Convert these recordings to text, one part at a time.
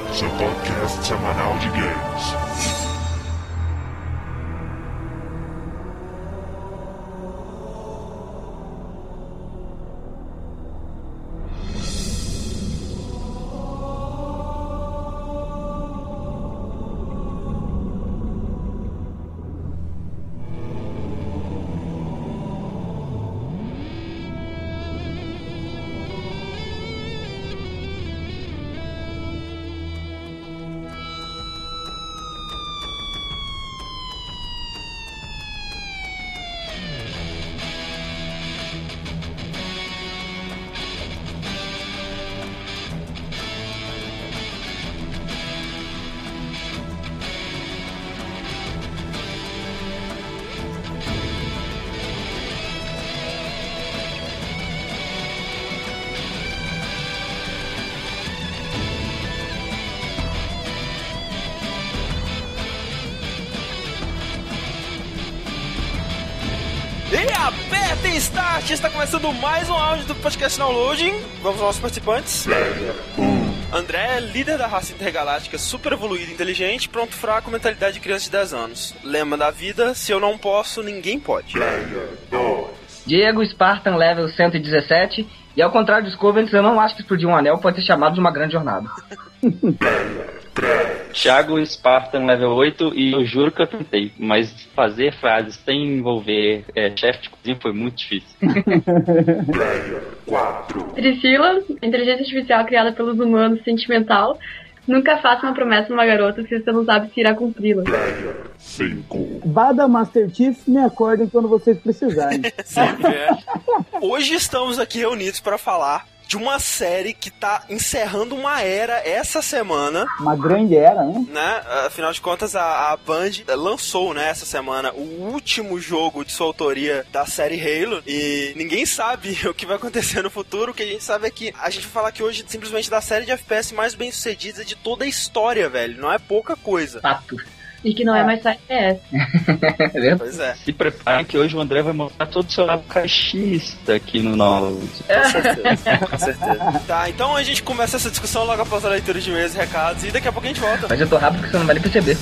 seu podcast semanal de games. Apertem Start! Está começando mais um áudio do podcast Downloading. Vamos aos nossos participantes. André, líder da raça intergaláctica, super evoluído e inteligente, pronto fraco, mentalidade de criança de 10 anos. Lema da vida, se eu não posso, ninguém pode. Diego, Spartan, level 117. E ao contrário dos Covens, eu não acho que explodir um anel pode ser chamado de uma grande jornada. Thiago, Spartan, level 8, e eu juro que eu tentei, mas fazer frases sem envolver chefe de cozinha foi muito difícil. Priscila, inteligência artificial criada pelos humanos, sentimental. Nunca faça uma promessa numa garota se você não sabe se irá cumpri-la. Bada Master Chief, me acordem quando vocês precisarem. Hoje estamos aqui reunidos para falar de uma série que tá encerrando uma era essa semana. Uma grande era, né? Afinal de contas, a Band lançou, né, essa semana o último jogo de sua autoria da série Halo. E ninguém sabe o que vai acontecer no futuro. O que a gente sabe é que a gente vai falar aqui hoje simplesmente da série de FPS mais bem sucedida de toda a história, velho. Não é pouca coisa. Fato. E que não é mais FPS. Pois é. Se preparem que hoje o André vai mostrar todo o seu lado caixista aqui no novo. Com certeza. Tá, então a gente começa essa discussão logo após a leitura de e-mails e recados e daqui a pouco a gente volta. Mas eu tô rápido porque você não vai nem perceber.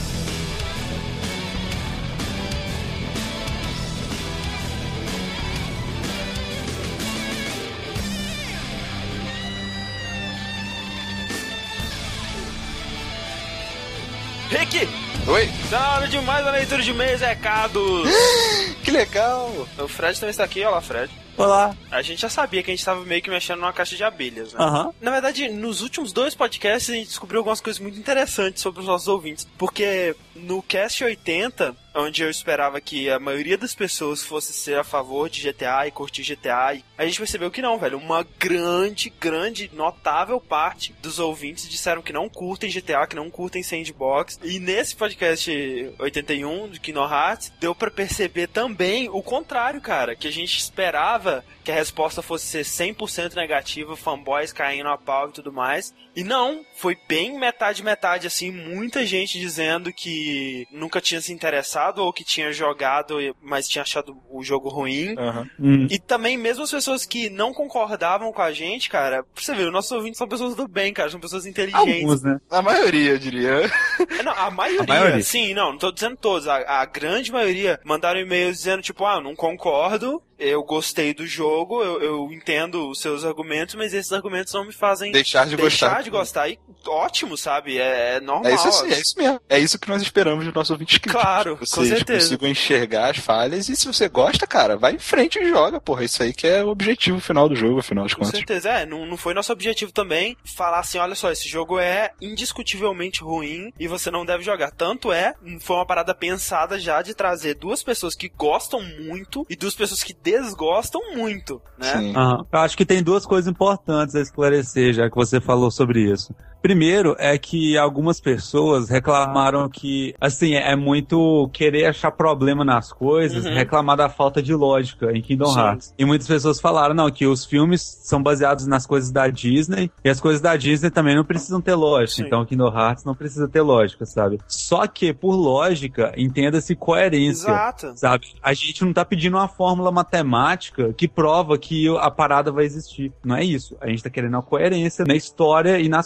Rick! Oi? Tá na hora de mais uma leitura de e-mails e recados. Que legal! O Fred também está aqui, olha lá, Fred. Olá. A gente já sabia que a gente estava meio que mexendo numa caixa de abelhas, né? Aham. Na verdade, nos últimos 2 podcasts a gente descobriu algumas coisas muito interessantes sobre os nossos ouvintes. Porque no cast 80, onde eu esperava que a maioria das pessoas fosse ser a favor de GTA e curtir GTA, a gente percebeu que não, velho. Uma grande, notável parte dos ouvintes disseram que não curtem GTA, que não curtem Sandbox. E nesse podcast 81 de Kingdom Hearts, deu pra perceber também o contrário, cara. Que a gente esperava que a resposta fosse ser 100% negativa, fanboys caindo a pau e tudo mais. E não, foi bem metade, assim, muita gente dizendo que nunca tinha se interessado ou que tinha jogado, mas tinha achado o jogo ruim. E também mesmo as pessoas que não concordavam com a gente, cara, pra você ver, os nossos ouvintes são pessoas do bem, cara, são pessoas inteligentes. Alguns, né? A maioria, eu diria. Não, a maioria, sim, não tô dizendo todos, a grande maioria mandaram e-mails dizendo, tipo, eu não concordo, eu gostei do jogo, eu entendo os seus argumentos, mas esses argumentos não me fazem deixar de gostar. E ótimo, sabe? É normal. É isso assim, é isso mesmo. É isso que nós esperamos dos nossos ouvintes críticos. Claro, que com certeza. Vocês consigam enxergar as falhas e se você gosta, cara, vai em frente e joga, porra. Isso aí que é o objetivo final do jogo, afinal de contas. Com certeza, não foi nosso objetivo também falar assim, olha só, esse jogo é indiscutivelmente ruim e você não deve jogar. Tanto foi uma parada pensada já de trazer 2 pessoas que gostam muito e 2 pessoas que desgostam muito, né? Sim. Eu acho que tem 2 coisas importantes a esclarecer, já que você falou sobre isso. Primeiro é que algumas pessoas reclamaram que, assim, é muito querer achar problema nas coisas, reclamar da falta de lógica em Kingdom Hearts. E muitas pessoas falaram, não, que os filmes são baseados nas coisas da Disney, e as coisas da Disney também não precisam ter lógica. Então Kingdom Hearts não precisa ter lógica, sabe? Só que, por lógica, entenda-se coerência. Exato. Sabe? A gente não tá pedindo uma fórmula matemática que prova que a parada vai existir. Não é isso. A gente tá querendo a coerência na história e nas coisas que estão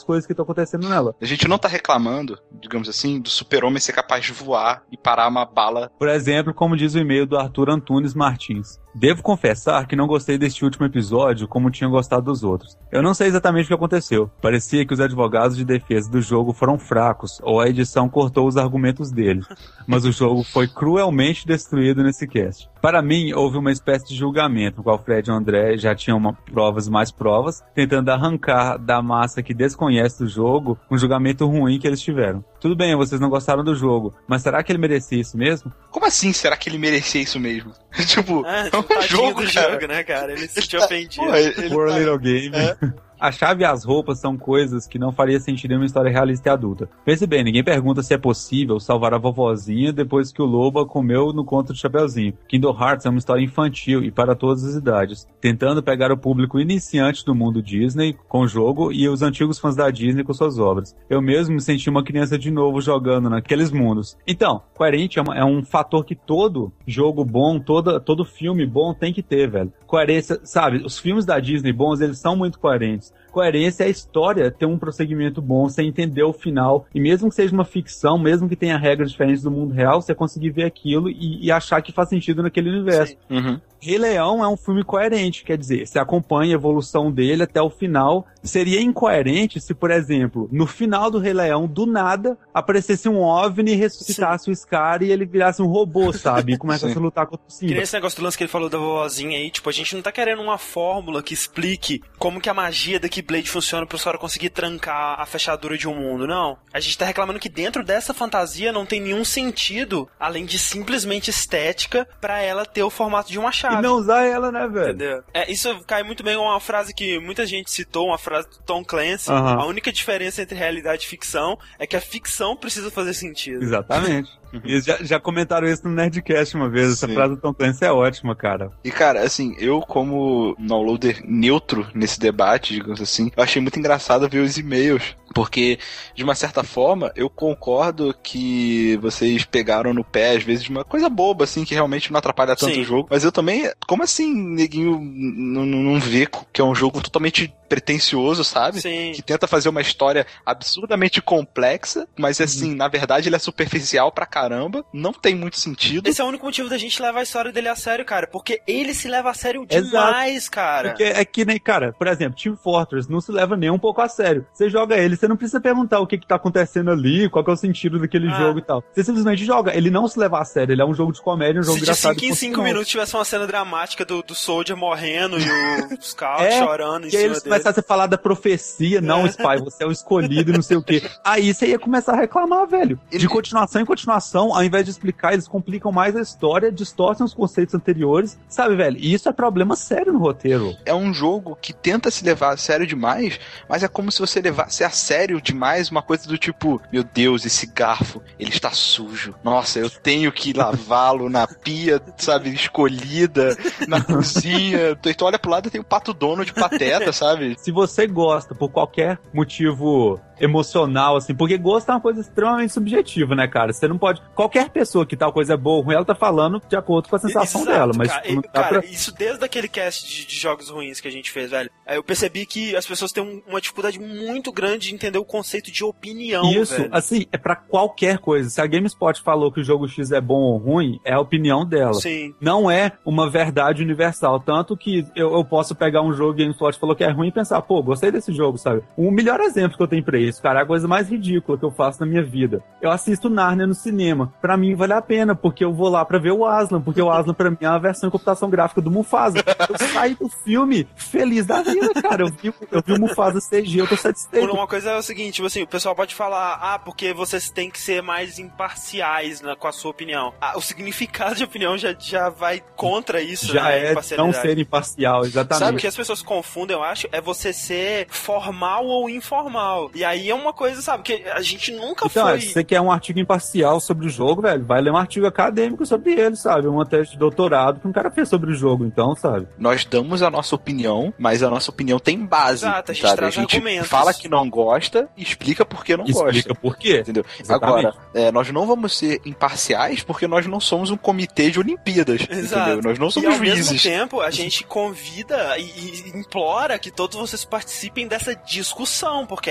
estão acontecendo nela. A gente não tá reclamando, digamos assim, do super-homem ser capaz de voar e parar uma bala. Por exemplo, como diz o e-mail do Arthur Antunes Martins. Devo confessar que não gostei deste último episódio como tinha gostado dos outros. Eu não sei exatamente o que aconteceu. Parecia que os advogados de defesa do jogo foram fracos, ou a edição cortou os argumentos deles. Mas o jogo foi cruelmente destruído nesse cast. Para mim, houve uma espécie de julgamento, no qual Fred e André já tinham mais provas, tentando arrancar da massa que desconhece o jogo um julgamento ruim que eles tiveram. Tudo bem, vocês não gostaram do jogo, mas será que ele merecia isso mesmo? Como assim, será que ele merecia isso mesmo? Tipo, é um jogo, jogo, né, cara? Ele se sentiu ofendido. Poor little game. A chave e as roupas são coisas que não faria sentido em uma história realista e adulta. Pense bem, ninguém pergunta se é possível salvar a vovozinha depois que o Loba comeu no conto do Chapeuzinho. Kingdom Hearts é uma história infantil e para todas as idades, tentando pegar o público iniciante do mundo Disney com o jogo e os antigos fãs da Disney com suas obras. Eu mesmo me senti uma criança de novo jogando naqueles mundos. Então, coerente é um fator que todo jogo bom, todo filme bom tem que ter, velho. Coerência, sabe? Os filmes da Disney bons, eles são muito coerentes. Coerência é a história ter um prosseguimento bom, você entender o final, e mesmo que seja uma ficção, mesmo que tenha regras diferentes do mundo real, você conseguir ver aquilo e achar que faz sentido naquele universo. Uhum. Rei Leão é um filme coerente, quer dizer, você acompanha a evolução dele até o final. Seria incoerente se, por exemplo, no final do Rei Leão, do nada, aparecesse um OVNI e ressuscitasse o Scar e ele virasse um robô, sabe? E começasse a lutar contra o Simba. Que nem esse negócio do lance que ele falou da vovozinha aí, tipo, a gente não tá querendo uma fórmula que explique como que a magia da Keyblade funciona pro Sora conseguir trancar a fechadura de um mundo, não. A gente tá reclamando que dentro dessa fantasia não tem nenhum sentido, além de simplesmente estética, pra ela ter o formato de uma chave. E não usar ela, né, velho? Entendeu? Isso cai muito bem com uma frase que muita gente citou, uma frase do Tom Clancy. A única diferença entre realidade e ficção é que a ficção precisa fazer sentido. Exatamente. Eles já comentaram isso no Nerdcast uma vez. Essa frase do Tom Clancy é ótima, cara. E, cara, assim, eu como downloader neutro nesse debate, digamos assim, eu achei muito engraçado ver os e-mails. Porque, de uma certa forma, eu concordo que vocês pegaram no pé, às vezes, de uma coisa boba, assim, que realmente não atrapalha tanto o jogo. Mas eu também, como assim, neguinho não vê que é um jogo totalmente pretencioso, sabe? Sim. Que tenta fazer uma história absurdamente complexa, mas, assim, na verdade, ele é superficial pra caramba, não tem muito sentido. Esse é o único motivo da gente levar a história dele a sério, cara, porque ele se leva a sério demais, cara. Porque é que nem, cara, por exemplo, Team Fortress não se leva nem um pouco a sério. Você joga ele, você não precisa perguntar o que tá acontecendo ali, qual que é o sentido daquele jogo e tal. Você simplesmente joga. Ele não se leva a sério, ele é um jogo de comédia, um jogo engraçado. Se em 5 minutos tivesse uma cena dramática do Soldier morrendo e os Scouts chorando em cima dele. Começasse a falar da profecia, não, Spy, você é o escolhido e não sei o quê. Aí você ia começar a reclamar, velho. De continuação em continuação, ao invés de explicar, eles complicam mais a história, distorcem os conceitos anteriores, sabe, velho? E isso é problema sério no roteiro. É um jogo que tenta se levar a sério demais, mas é como se você levasse a sério demais uma coisa do tipo, meu Deus, esse garfo, ele está sujo. Nossa, eu tenho que lavá-lo na pia, sabe, escolhida, na cozinha. Então olha pro lado e tem o Pato Donald Pateta, sabe? Se você gosta, por qualquer motivo emocional, assim, porque gosto é uma coisa extremamente subjetiva, né, cara? Você não pode... Qualquer pessoa que tal coisa é boa ou ruim, ela tá falando de acordo com a sensação dela, mas... Cara, isso desde aquele cast de jogos ruins que a gente fez, velho, eu percebi que as pessoas têm uma dificuldade muito grande de entender o conceito de opinião, isso, velho. Assim, é pra qualquer coisa. Se a GameSpot falou que o jogo X é bom ou ruim, é a opinião dela. Sim. Não é uma verdade universal. Tanto que eu posso pegar um jogo que a GameSpot falou que é ruim e pensar, pô, gostei desse jogo, sabe? O melhor exemplo que eu tenho pra isso, cara, é a coisa mais ridícula que eu faço na minha vida. Eu assisto Narnia no cinema. Pra mim vale a pena, porque eu vou lá pra ver o Aslan, porque o Aslan pra mim é a versão em computação gráfica do Mufasa. Eu saí do filme feliz da vida, cara. Eu vi o Mufasa CG, eu tô satisfeito. Uma coisa é o seguinte, tipo assim, o pessoal pode falar, porque vocês têm que ser mais imparciais, né, com a sua opinião. O significado de opinião já vai contra isso, já né? Já é não ser imparcial, exatamente. Sabe o que as pessoas confundem, eu acho, é você ser formal ou informal. E aí é uma coisa, sabe, que a gente nunca foi... Se você quer um artigo imparcial sobre o jogo, velho, vai ler um artigo acadêmico sobre ele, sabe? Uma tese de doutorado que um cara fez sobre o jogo, então, sabe? Nós damos a nossa opinião, mas a nossa opinião tem base. Exato, a gente traz argumentos. Fala que não gosta e explica por que não gosta. Explica por quê. Entendeu? Exatamente. Agora, nós não vamos ser imparciais porque nós não somos um comitê de Olimpíadas. Exato. Entendeu? Nós não somos juízes. E ao mesmo tempo, a gente convida e implora que todos vocês participem dessa discussão, porque é isso que a gente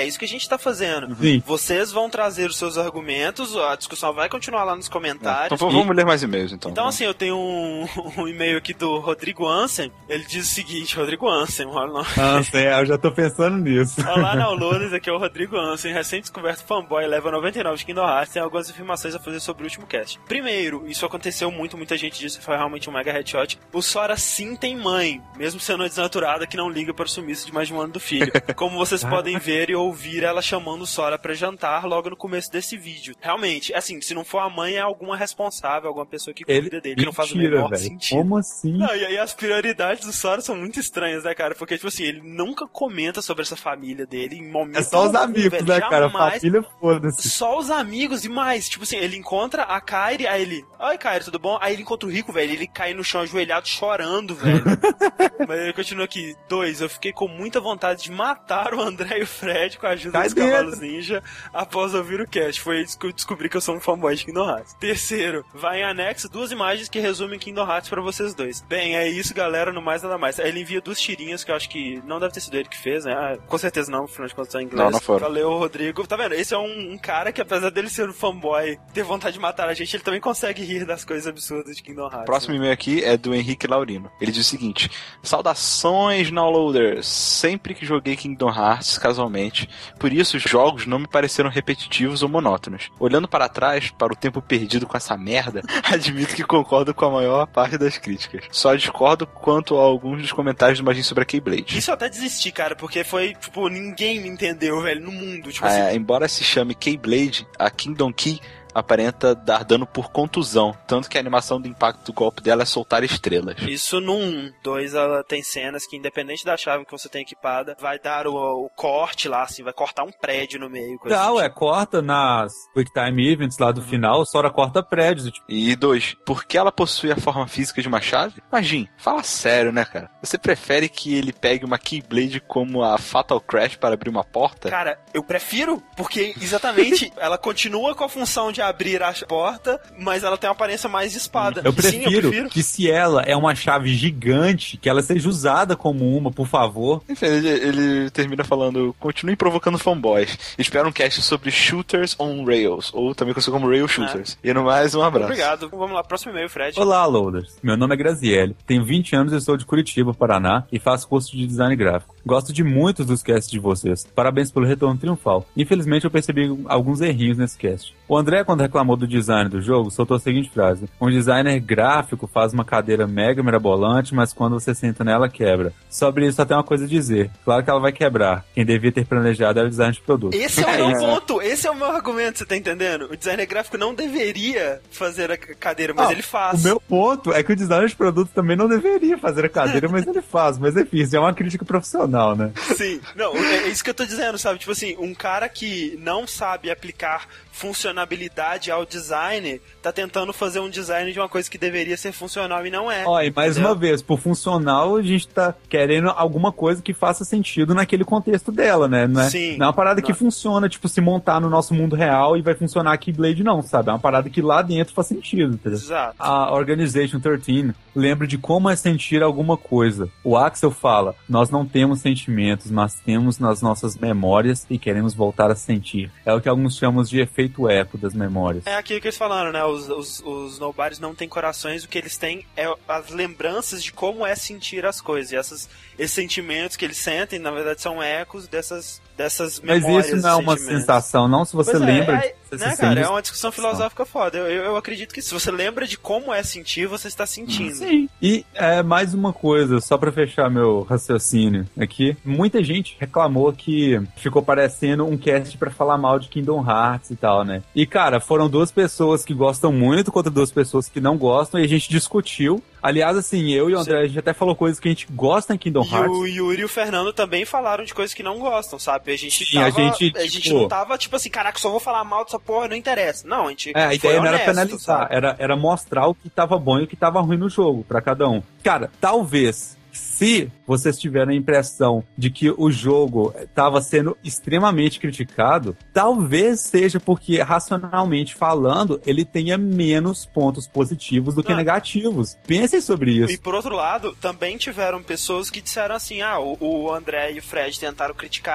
tá fazendo. Sim. Vocês vão trazer os seus argumentos, a discussão vai continuar lá nos comentários. Então vamos ler mais e-mails, então. Então, assim, eu tenho um e-mail aqui do Rodrigo Ansem. Ele diz o seguinte, Rodrigo Ansem, Ansem, eu já tô pensando nisso. Olá, downloaders, aqui é o Rodrigo Ansem, recém-descoberto fanboy, level 99 de Kingdom Hearts. Tem algumas afirmações a fazer sobre o último cast. Primeiro, isso aconteceu muito, muita gente disse que foi realmente um mega headshot. O Sora sim tem mãe, mesmo sendo uma desnaturada que não liga para o sumiço de mais de um ano do filho. Como vocês podem ver e ouvir ela chamando o Sora pra jantar logo no começo desse vídeo. Realmente, assim, se não for a mãe, é alguma responsável, alguma pessoa que cuida dele, que não faz o menor sentido. Como assim? Não, e aí as prioridades do Sora são muito estranhas, né, cara? Porque, tipo assim, ele nunca comenta sobre essa família dele em momento É só os amigos, velho, né, cara? jamais. Família, foda-se. Só os amigos e mais. Tipo assim, ele encontra a Kairi, aí ele... Oi, Kairi, tudo bom? Aí ele encontra o Rico, velho, ele cai no chão ajoelhado chorando, velho. Mas ele continua aqui. 2, eu fiquei com muita vontade de matar o André e o Fred com a ajuda dos Cavalos Ninja após ouvir o cast. Foi aí que eu descobri que eu sou um fanboy de Kingdom Hearts. 3, vai em anexo 2 imagens que resumem Kingdom Hearts pra vocês dois. Bem, é isso, galera, no mais nada mais. Aí ele envia 2 tirinhas que eu acho que não deve ter sido ele que fez, né? Ah, com certeza não, afinal de contas tá em inglês. Não foram. Valeu, Rodrigo. Tá vendo? Esse é um cara que, apesar dele ser um fanboy, ter vontade de matar a gente, ele também consegue rir das coisas absurdas de Kingdom Hearts. Próximo e-mail aqui é do Henrique Laurino. Ele diz o seguinte: saudações, downloaders. Sempre que joguei Kingdom Hearts casualmente, por isso os jogos não me pareceram repetitivos ou monótonos. Olhando para trás, para o tempo perdido com essa merda, admito que concordo com a maior parte das críticas. Só discordo quanto a alguns dos comentários do Magin sobre a Keyblade. Isso eu até desisti, cara, porque foi, tipo, ninguém me entendeu, velho, no mundo. Tipo assim... Embora se chame Keyblade, a Kingdom Key aparenta dar dano por contusão, tanto que a animação do impacto do golpe dela é soltar estrelas. Isso no 1. 2, ela tem cenas que, independente da chave que você tem equipada, vai dar o corte lá, assim, vai cortar um prédio no meio. Não, corta nas Quick Time Events lá do final, Sora corta prédios. Tipo... E 2, porque ela possui a forma física de uma chave? Imagina, fala sério, né, cara? Você prefere que ele pegue uma Keyblade como a Fatal Crash para abrir uma porta? Cara, eu prefiro, porque exatamente ela continua com a função de abrir a porta, mas ela tem uma aparência mais de espada. Eu prefiro que se ela é uma chave gigante, que ela seja usada como uma, por favor. Enfim, ele termina falando: continuem provocando fanboys. Espero um cast sobre shooters on rails, ou também conhecido como rail shooters. E no mais, um abraço. Obrigado. Vamos lá, próximo e-mail, Fred. Olá, loaders. Meu nome é Graziele, tenho 20 anos e sou de Curitiba, Paraná, e faço curso de design gráfico. Gosto de muitos dos casts de vocês. Parabéns pelo retorno triunfal. Infelizmente, eu percebi alguns errinhos nesse cast. O André, quando reclamou do design do jogo, soltou a seguinte frase: um designer gráfico faz uma cadeira mega mirabolante, mas quando você senta nela, quebra. Sobre isso, só tem uma coisa a dizer. Claro que ela vai quebrar. Quem devia ter planejado era o design de produto. Esse é o meu ponto. Esse é o meu argumento, você tá entendendo? O designer gráfico não deveria fazer a cadeira, mas ele faz. O meu ponto é que o designer de produto também não deveria fazer a cadeira, mas ele faz. Mas enfim, isso é uma crítica profissional, né? Sim. Não, é isso que eu tô dizendo, sabe? Tipo assim, um cara que não sabe aplicar funcionabilidade ao design, tá tentando fazer um design de uma coisa que deveria ser funcional e não é. Ó, e mais uma vez, por funcional, a gente tá querendo alguma coisa que faça sentido naquele contexto dela, né? Não é, Sim. Não é uma parada que funciona, tipo, se montar no nosso mundo real e vai funcionar a Keyblade, não, sabe? É uma parada que lá dentro faz sentido, entendeu? Exato. A Organization 13 lembra de como é sentir alguma coisa. O Axel fala: nós não temos sentimentos, mas temos nas nossas memórias e queremos voltar a sentir. É o que alguns chamam de efeito eco das memórias. É aquilo que eles falaram, né? Os nobodies não têm corações, o que eles têm é as lembranças de como é sentir as coisas. E esses sentimentos que eles sentem, na verdade, são ecos dessas memórias. Mas isso não é uma sensação, não? Se você lembra... né, cara? É uma discussão filosófica foda. Eu acredito que se você lembra de como é sentir, você está sentindo. Sim. E mais uma coisa, só pra fechar meu raciocínio aqui. Muita gente reclamou que ficou parecendo um cast pra falar mal de Kingdom Hearts e tal, né? E, cara, foram 2 pessoas que gostam muito contra 2 pessoas que não gostam e a gente discutiu. Aliás, assim, eu e o André, a gente até falou coisas que a gente gosta em Kingdom Hearts. E o Yuri e o Fernando também falaram de coisas que não gostam, sabe? A gente tipo, não tava, tipo assim, caraca, só vou falar mal dessa porra, não interessa. Não, a gente a ideia não honesto, era penalizar, era mostrar o que tava bom e o que tava ruim no jogo, pra cada um. Cara, talvez... Se vocês tiverem a impressão de que o jogo estava sendo extremamente criticado, talvez seja porque, racionalmente falando, ele tenha menos pontos positivos do que negativos. Pensem sobre isso. E por outro lado, também tiveram pessoas que disseram assim, o André e o Fred tentaram criticar,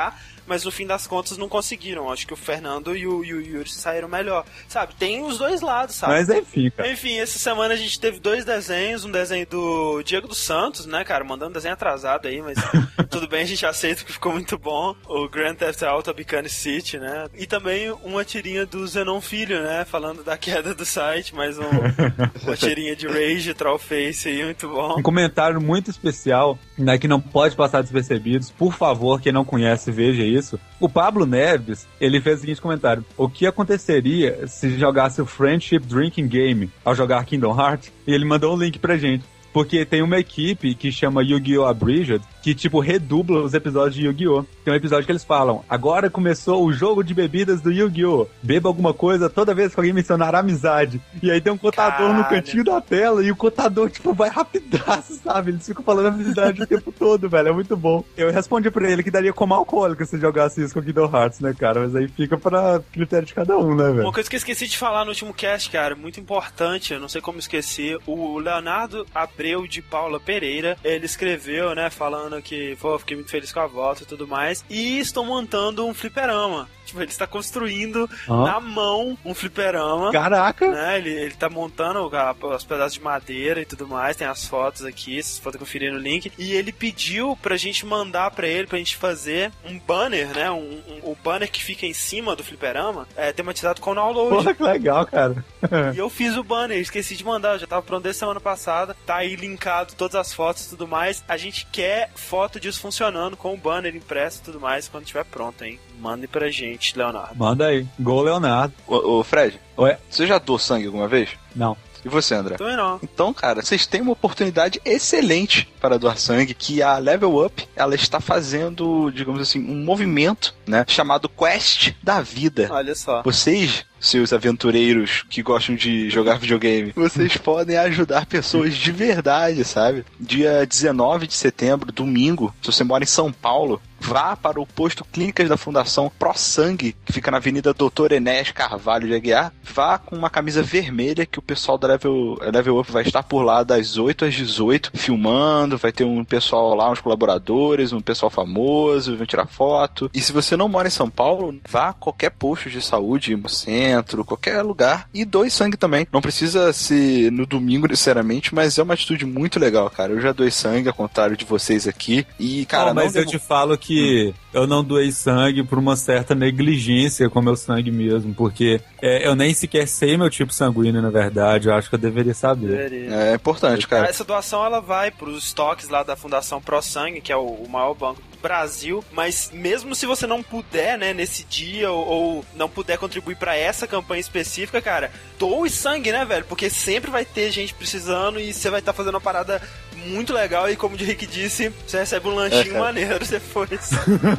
mas no fim das contas não conseguiram. Acho que o Fernando e o Yuri saíram melhor. Sabe, tem os dois lados, sabe? Mas enfim, cara. Enfim, essa semana a gente teve 2 desenhos, um desenho do Diego dos Santos, né, cara, mandando desenho atrasado aí, mas tudo bem, a gente aceita que ficou muito bom. O Grand Theft Auto Abicane City, né? E também uma tirinha do Zenon Filho, né, falando da queda do site, mais uma tirinha de Rage, Trollface aí, muito bom. Um comentário muito especial, né, que não pode passar despercebidos. Por favor, quem não conhece, veja isso. O Pablo Neves, ele fez o seguinte comentário: o que aconteceria se jogasse o Friendship Drinking Game ao jogar Kingdom Hearts? E ele mandou um link pra gente. Porque tem uma equipe que chama Yu-Gi-Oh! Abridged, que, tipo, redubla os episódios de Yu-Gi-Oh! Tem um episódio que eles falam: agora começou o jogo de bebidas do Yu-Gi-Oh! Beba alguma coisa toda vez que alguém mencionar amizade. E aí tem um contador no cantinho da tela, e o contador, tipo, vai rapidaço, sabe? Eles ficam falando amizade o tempo todo, velho. É muito bom. Eu respondi pra ele que daria como alcoólico se jogasse isso com Kingdom Hearts, né, cara? Mas aí fica pra critério de cada um, né, velho? Uma coisa que eu esqueci de falar no último cast, cara, muito importante, eu não sei como esquecer, o Leonardo Abreu de Paula Pereira, ele escreveu, né, falando que, pô, fiquei muito feliz com a volta e tudo mais, e estou montando um fliperama. Tipo, ele está construindo na mão um fliperama. Caraca! Né? Ele tá montando os pedaços de madeira e tudo mais. Tem as fotos aqui, vocês podem conferir no link. E ele pediu pra gente mandar pra ele, pra gente fazer um banner, né? O banner que fica em cima do fliperama, tematizado com download. Porra, que legal, cara. E eu fiz o banner, esqueci de mandar, eu já tava pronto desde semana passada. Tá aí linkado todas as fotos e tudo mais. A gente quer foto disso funcionando com o banner impresso e tudo mais quando estiver pronto, hein? Mande pra gente, Leonardo. Manda aí. Gol, Leonardo. Ô, Fred. Oi? Você já doou sangue alguma vez? Não. E você, André? Também não. Então, cara, vocês têm uma oportunidade excelente para doar sangue, que a Level Up, ela está fazendo, digamos assim, um movimento, né, chamado Quest da Vida. Olha só. Vocês, seus aventureiros que gostam de jogar videogame, vocês podem ajudar pessoas de verdade, sabe? Dia 19 de setembro, domingo, se você mora em São Paulo, vá para o posto Clínicas da Fundação Pro Sangue, que fica na Avenida Doutor Enéas Carvalho de Aguiar. Vá com uma camisa vermelha, que o pessoal da Level Up vai estar por lá das 8 às 18, filmando, vai ter um pessoal lá, uns colaboradores, um pessoal famoso, vão tirar foto. E se você não mora em São Paulo, vá a qualquer posto de saúde, no centro, qualquer lugar, e doe sangue também. Não precisa ser no domingo necessariamente, mas é uma atitude muito legal, cara. Eu já doei sangue, ao contrário de vocês aqui, e, cara... mas eu te falo que eu não doei sangue por uma certa negligência com meu sangue mesmo, porque eu nem sequer sei meu tipo sanguíneo, na verdade. Eu acho que eu deveria saber. É importante, cara. Essa doação, ela vai pros estoques lá da Fundação Pro Sangue, que é o maior banco do Brasil, mas mesmo se você não puder, né, nesse dia, ou não puder contribuir pra essa campanha específica, cara, doe sangue, né, velho? Porque sempre vai ter gente precisando e você vai estar fazendo uma parada muito legal e, como o Rick disse, você recebe um lanchinho maneiro depois.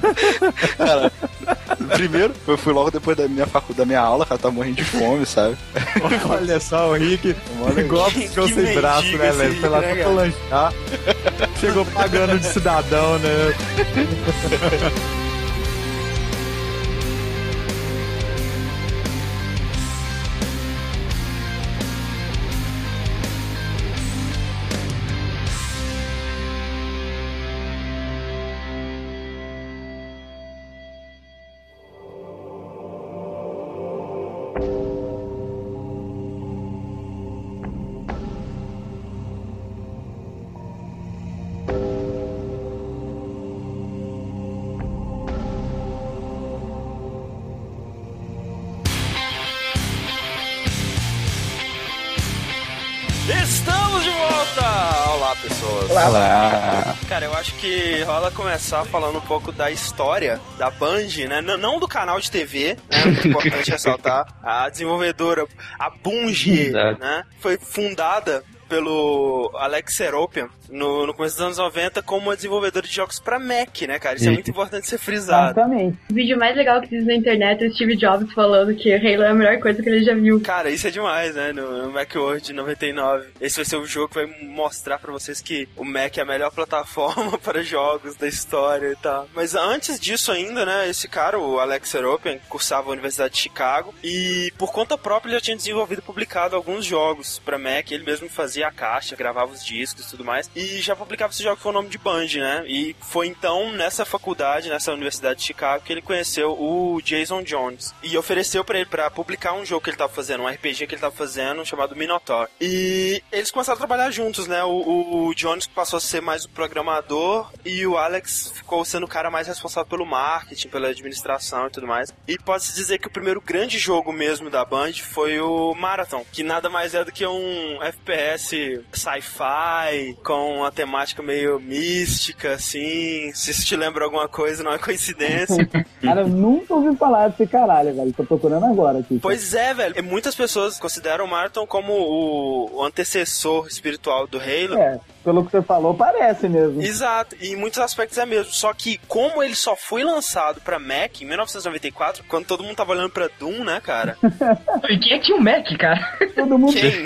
Cara, primeiro, eu fui logo depois da minha aula, cara, tá morrendo de fome, sabe? Olha só, o Rick, igual ficou sem braço, né, velho? Foi lá só pra lanchar, chegou pagando de cidadão, né? Estamos de volta! Olá, pessoas. Olá. Cara, eu acho que rola começar falando um pouco da história da Band, né? Não do canal de TV, né? É importante ressaltar. A desenvolvedora, a Bungie, né? Foi fundada pelo Alex Seropian no começo dos anos 90 como uma desenvolvedora de jogos pra Mac, né, cara? Isso é muito importante ser frisado. Exatamente. O vídeo mais legal que existe na internet é o Steve Jobs falando que Halo é a melhor coisa que ele já viu. Cara, isso é demais, né? No Macworld de 99. Esse vai ser o jogo que vai mostrar pra vocês que o Mac é a melhor plataforma para jogos da história e tal. Mas antes disso ainda, né, esse cara, o Alex Seropian, cursava a Universidade de Chicago e por conta própria ele já tinha desenvolvido e publicado alguns jogos pra Mac. Ele mesmo fazia fazia a caixa, gravava os discos e tudo mais, e já publicava esse jogo com o nome de Band, né? E foi então nessa faculdade, nessa universidade de Chicago, que ele conheceu o Jason Jones e ofereceu pra ele pra publicar um jogo que ele tava fazendo, um RPG que ele tava fazendo, chamado Minotaur. E eles começaram a trabalhar juntos, né? O Jones passou a ser mais o programador e o Alex ficou sendo o cara mais responsável pelo marketing, pela administração e tudo mais. E pode-se dizer que o primeiro grande jogo mesmo da Band foi o Marathon, que nada mais é do que um FPS sci-fi com uma temática meio mística, assim. Se isso te lembra alguma coisa, não é coincidência. Cara, eu nunca ouvi falar desse caralho, velho. Tô procurando agora aqui. Pois é, velho. E muitas pessoas consideram o Marathon como o antecessor espiritual do Halo. É, pelo que você falou, parece mesmo. Exato, e em muitos aspectos é mesmo. Só que como ele só foi lançado pra Mac em 1994, quando todo mundo tava olhando pra Doom, né, cara? E quem é que tinha o Mac, cara? Todo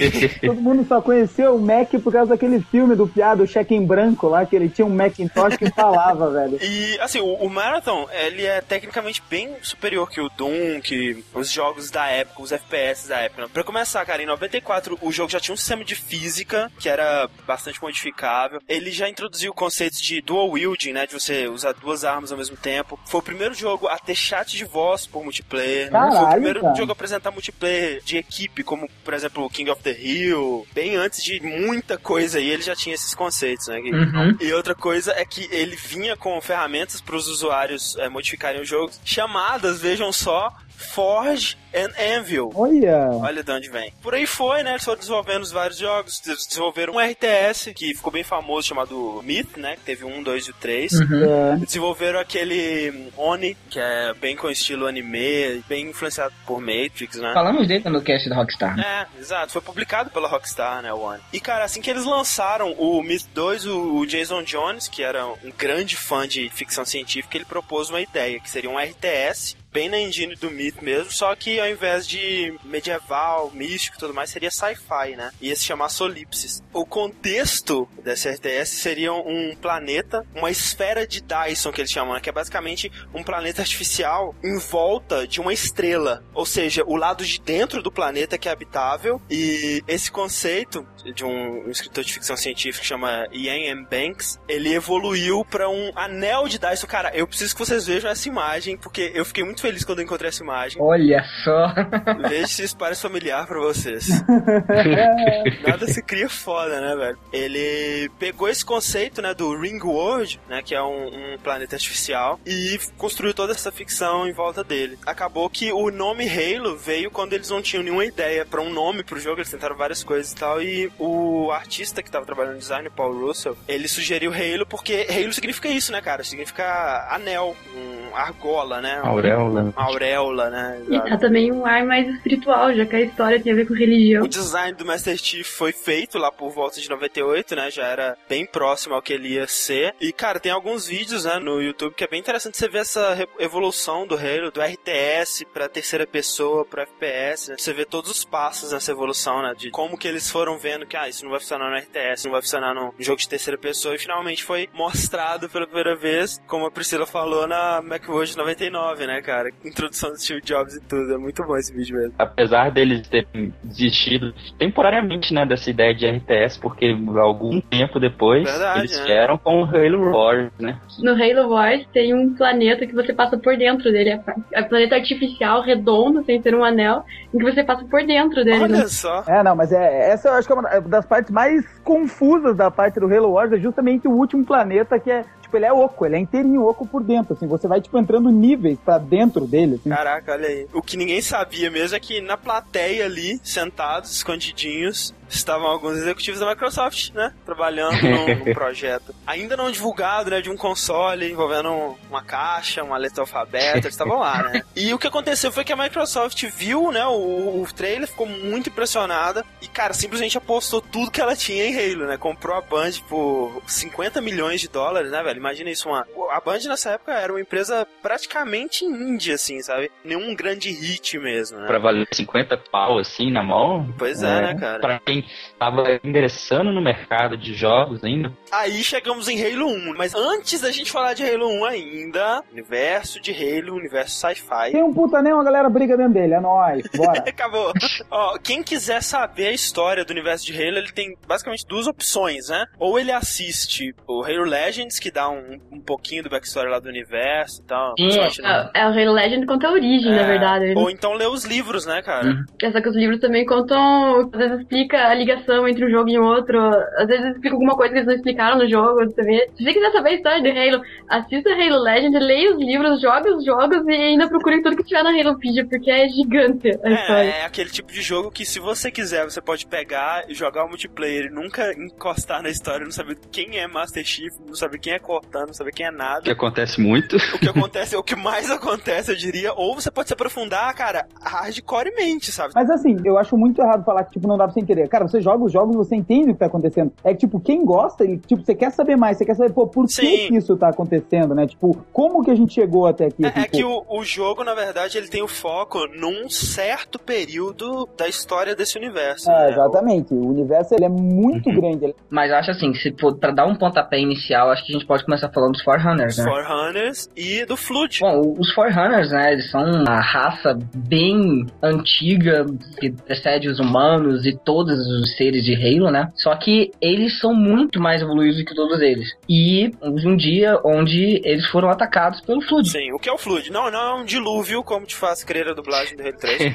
mundo só conheceu o Mac por causa daquele filme do piado, o Cheque em Branco lá, que ele tinha um Macintosh que falava, velho. E, assim, o Marathon, ele é tecnicamente bem superior que o Doom, que os jogos da época, os FPS da época. Pra começar, cara, em 94 o jogo já tinha um sistema de física que era bastante modificável. Ele já introduziu o conceito de dual wielding, né, de você usar duas armas ao mesmo tempo. Foi o primeiro jogo a ter chat de voz por multiplayer. Caralho, foi o primeiro cara. jogo a apresentar multiplayer de equipe, como, por exemplo, o King of the Hill. Bem antes de muita coisa aí, ele já tinha esses conceitos, né? Uhum. E outra coisa é que ele vinha com ferramentas para os usuários modificarem os jogos, chamadas, vejam só, Forge and Anvil. Olha de onde vem. Por aí foi, né? Eles foram desenvolvendo vários jogos. Desenvolveram um RTS que ficou bem famoso, chamado Myth, né? Que teve o 1, 2 e o 3. Uhum. Desenvolveram aquele Oni, que é bem com estilo anime, bem influenciado por Matrix, né? Falamos dele no cast da Rockstar. É, exato. Foi publicado pela Rockstar, né, o One. E, cara, assim que eles lançaram o Myth 2, o Jason Jones, que era um grande fã de ficção científica, ele propôs uma ideia, que seria um RTS, bem na engine do Myth mesmo, só que ao invés de medieval, místico e tudo mais, seria sci-fi, né? Ia se chamar Solipsis. O contexto desse RTS seria um planeta, uma esfera de Dyson, que eles chamam, né? Que é basicamente um planeta artificial em volta de uma estrela. Ou seja, o lado de dentro do planeta que é habitável. E esse conceito de um escritor de ficção científica que chama Ian M. Banks, ele evoluiu para um anel de Dyson. Cara, eu preciso que vocês vejam essa imagem, porque eu fiquei muito feliz quando eu encontrei essa imagem. Olha só. Veja se isso parece familiar pra vocês. Nada se cria foda, né, velho? Ele pegou esse conceito, né, do Ring World, né, que é um planeta artificial, e construiu toda essa ficção em volta dele. Acabou que o nome Halo veio quando eles não tinham nenhuma ideia pra um nome pro jogo, eles tentaram várias coisas e tal, e o artista que tava trabalhando no design, o Paul Russell, ele sugeriu Halo porque Halo significa isso, né, cara? Significa anel, argola, né? Auréola, né? E dá também um ar mais espiritual, já que a história tem a ver com religião. O design do Master Chief foi feito lá por volta de 98, né? Já era bem próximo ao que ele ia ser. E, cara, tem alguns vídeos, né, no YouTube que é bem interessante você ver essa evolução do Halo, do RTS pra terceira pessoa, pro FPS, né? Você vê todos os passos nessa evolução, né? De como que eles foram vendo que, isso não vai funcionar no RTS, não vai funcionar no jogo de terceira pessoa. E finalmente foi mostrado pela primeira vez, como a Priscila falou, na Macworld 99, né, cara? Introdução do Steve Jobs e tudo. É muito bom esse vídeo mesmo. Apesar deles terem desistido temporariamente, né, dessa ideia de RTS, porque algum tempo depois eles vieram com o Halo Wars, né? No Halo Wars tem um planeta que você passa por dentro dele. É um planeta artificial, redondo, sem ser um anel, em que você passa por dentro dele. Olha só. Não, mas essa eu acho que é uma das partes mais confusas da parte do Halo Wars, é justamente o último planeta que é, ele é oco, ele é inteirinho oco por dentro, assim, você vai, entrando níveis pra dentro dele, assim. Caraca, olha aí. O que ninguém sabia mesmo é que na plateia ali, sentados, escondidinhos, estavam alguns executivos da Microsoft, né, trabalhando num projeto ainda não divulgado, né, de um console envolvendo uma caixa, uma letra alfabeta, eles estavam lá, né. E o que aconteceu foi que a Microsoft viu, né, o trailer, ficou muito impressionada e, cara, simplesmente apostou tudo que ela tinha em Halo, né, comprou a Band por $50 milhões, né, velho, imagina isso, a Band nessa época era uma empresa praticamente indie, assim, sabe, nenhum grande hit mesmo, né. Pra valer 50 pau, assim, na mão. Pois é, né, cara. Pra quem assim, tava ingressando no mercado de jogos ainda. Aí chegamos em Halo 1, mas antes da gente falar de Halo 1 ainda, universo de Halo, universo sci-fi. Tem um puta nem, uma galera briga dentro dele, é nóis, bora. Acabou. Ó, quem quiser saber a história do universo de Halo, ele tem basicamente duas opções, né? Ou ele assiste o Halo Legends, que dá um pouquinho do backstory lá do universo e tal. É o Halo Legends conta a origem, na verdade. Ou então lê os livros, né, cara? Só que os livros também contam, às vezes explica a ligação entre um jogo e outro, às vezes explica alguma coisa que eles não explicaram no jogo, você vê. Se você quiser saber a história de Halo, assista Halo Legends, leia os livros, joga os jogos e ainda procure tudo que tiver na Halopedia, porque é gigante a história. É aquele tipo de jogo que, se você quiser, você pode pegar e jogar o multiplayer e nunca encostar na história, não saber quem é Master Chief, não saber quem é Cortana, não saber quem é nada. O que acontece muito. O que mais acontece, eu diria. Ou você pode se aprofundar, cara, hardcoremente, sabe? Mas assim, eu acho muito errado falar que, tipo, não dá pra você querer. Cara, você joga os jogos, você entende o que tá acontecendo. É que, tipo, quem gosta, ele, tipo, você quer saber mais, você quer saber, pô, por que isso tá acontecendo, né? Tipo, como que a gente chegou até aqui? É que o jogo, na verdade, ele tem o foco num certo período da história desse universo. Né? Exatamente. O universo, ele é muito grande. Mas acho assim, se for pra dar um pontapé inicial, acho que a gente pode começar falando dos Forerunners, né? Forerunners e do Flood. Bom, os Forerunners, né, eles são uma raça bem antiga, que precede os humanos e todos os seres de Halo, né? Só que eles são muito mais evoluídos do que todos eles. E houve um dia onde eles foram atacados pelo Flood. Sim, o que é o Flood? Não é um dilúvio, como te faz crer a dublagem do Halo 3.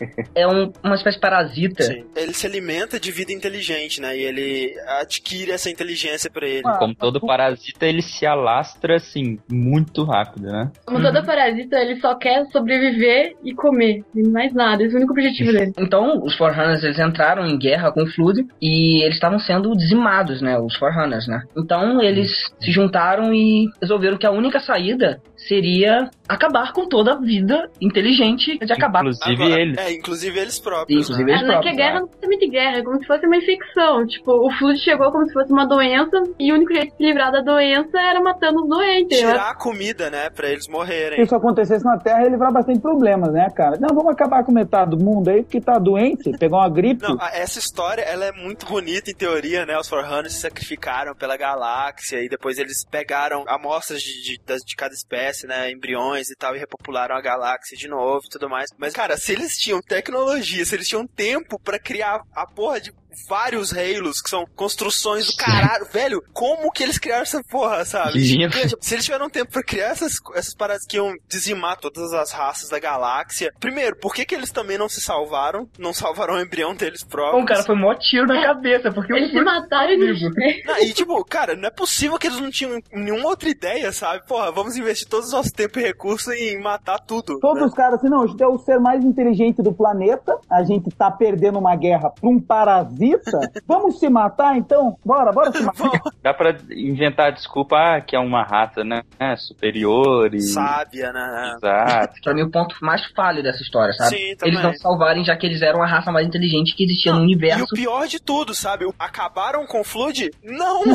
É uma espécie de parasita. Sim. Ele se alimenta de vida inteligente, né? E ele adquire essa inteligência pra ele. Como todo parasita, ele se alastra, assim, muito rápido, né? Como todo parasita, ele só quer sobreviver e comer. E mais nada. Esse é o único objetivo dele. Então, os Forerunners, eles entraram em guerra com o Flood e eles estavam sendo dizimados, né? Os Forerunners, né? Então, eles se juntaram e resolveram que a única saída seria acabar com toda a vida inteligente de acabar. Inclusive eles próprios. Inclusive eles próprios. Não é que a guerra não é somente guerra, é como se fosse uma infecção. Tipo, o Flood chegou como se fosse uma doença e o único jeito de se livrar da doença era matando os doentes. Tirar a comida, né? Pra eles morrerem. Se isso acontecesse na Terra, ia livrar bastante problemas, né, cara? Não, vamos acabar com metade do mundo aí, porque tá doente, pegou uma gripe. Não, essa história, ela é muito bonita em teoria, né? Os Forerunners se sacrificaram pela galáxia e depois eles pegaram amostras de cada espécie, né? Embriões e tal, e repopularam a galáxia de novo e tudo mais. Mas, cara, se eles tinham tecnologia, se eles tinham tempo pra criar a porra de vários Halos, que são construções do caralho, velho, como que eles criaram essa porra, sabe? Se eles tiveram tempo pra criar essas paradas que iam dizimar todas as raças da galáxia, primeiro, por que eles também não se salvaram? Não salvaram o embrião deles próprios? Bom, cara, foi mó tiro na cabeça, porque eles se mataram e tipo, cara, não é possível que eles não tinham nenhuma outra ideia, sabe? Porra, vamos investir todo o nosso tempo e recursos em matar tudo. Todos os caras assim, não, a gente é o ser mais inteligente do planeta, a gente tá perdendo uma guerra pra um parasita, vamos se matar então? Bora se matar. Dá pra inventar desculpa que é uma raça, né? Superior e... sábia, né? Exato. Pra mim o ponto mais falho dessa história, sabe? Sim, também. Eles não salvarem, já que eles eram a raça mais inteligente que existia no universo. E o pior de tudo, sabe? Acabaram com o Flood? Não!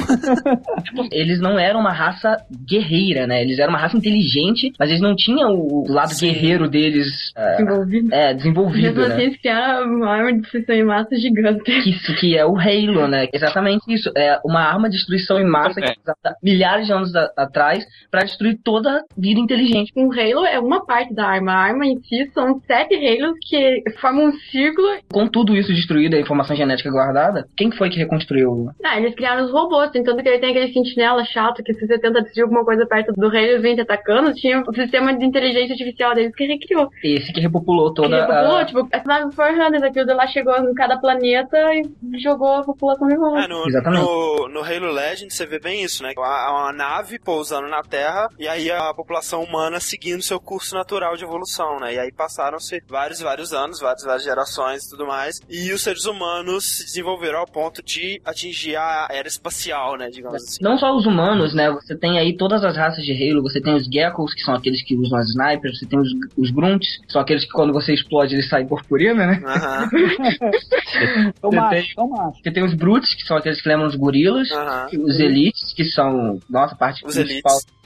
Eles não eram uma raça guerreira, né? Eles eram uma raça inteligente, mas eles não tinham o lado guerreiro deles desenvolvido, mesmo assim, eles criaram uma arma de destruição em massa gigante. Que é o Halo, né? Exatamente isso. É uma arma de destruição em massa que foi usada milhares de anos atrás pra destruir toda a vida inteligente. Um Halo é uma parte da arma. A arma em si são 7 Halos que formam um círculo. Com tudo isso destruído, a informação genética guardada, quem foi que reconstruiu? Eles criaram os robôs. Tem tanto que ele tem aquele sentinela chato que se você tenta destruir alguma coisa perto do Halo, eles vêm te atacando. Tinha o sistema de inteligência artificial deles que recriou. Esse que repopulou toda tipo, as naves Forerunners, aquilo de lá chegou em cada planeta e jogou a população de volta. Exatamente. No Halo Legends você vê bem isso, né? Uma nave pousando na Terra e aí a população humana seguindo seu curso natural de evolução, né? E aí passaram-se vários anos, várias gerações e tudo mais, e os seres humanos se desenvolveram ao ponto de atingir a era espacial, né? Digamos assim. Não só os humanos, né? Você tem aí todas as raças de Halo, você tem os Geckos, que são aqueles que usam as snipers, você tem os Grunts, que são aqueles que quando você explode eles saem purpurina, né? Você tem os Brutes, que são aqueles que lembram os gorilas, os Elites, que são, parte os principal. Elites.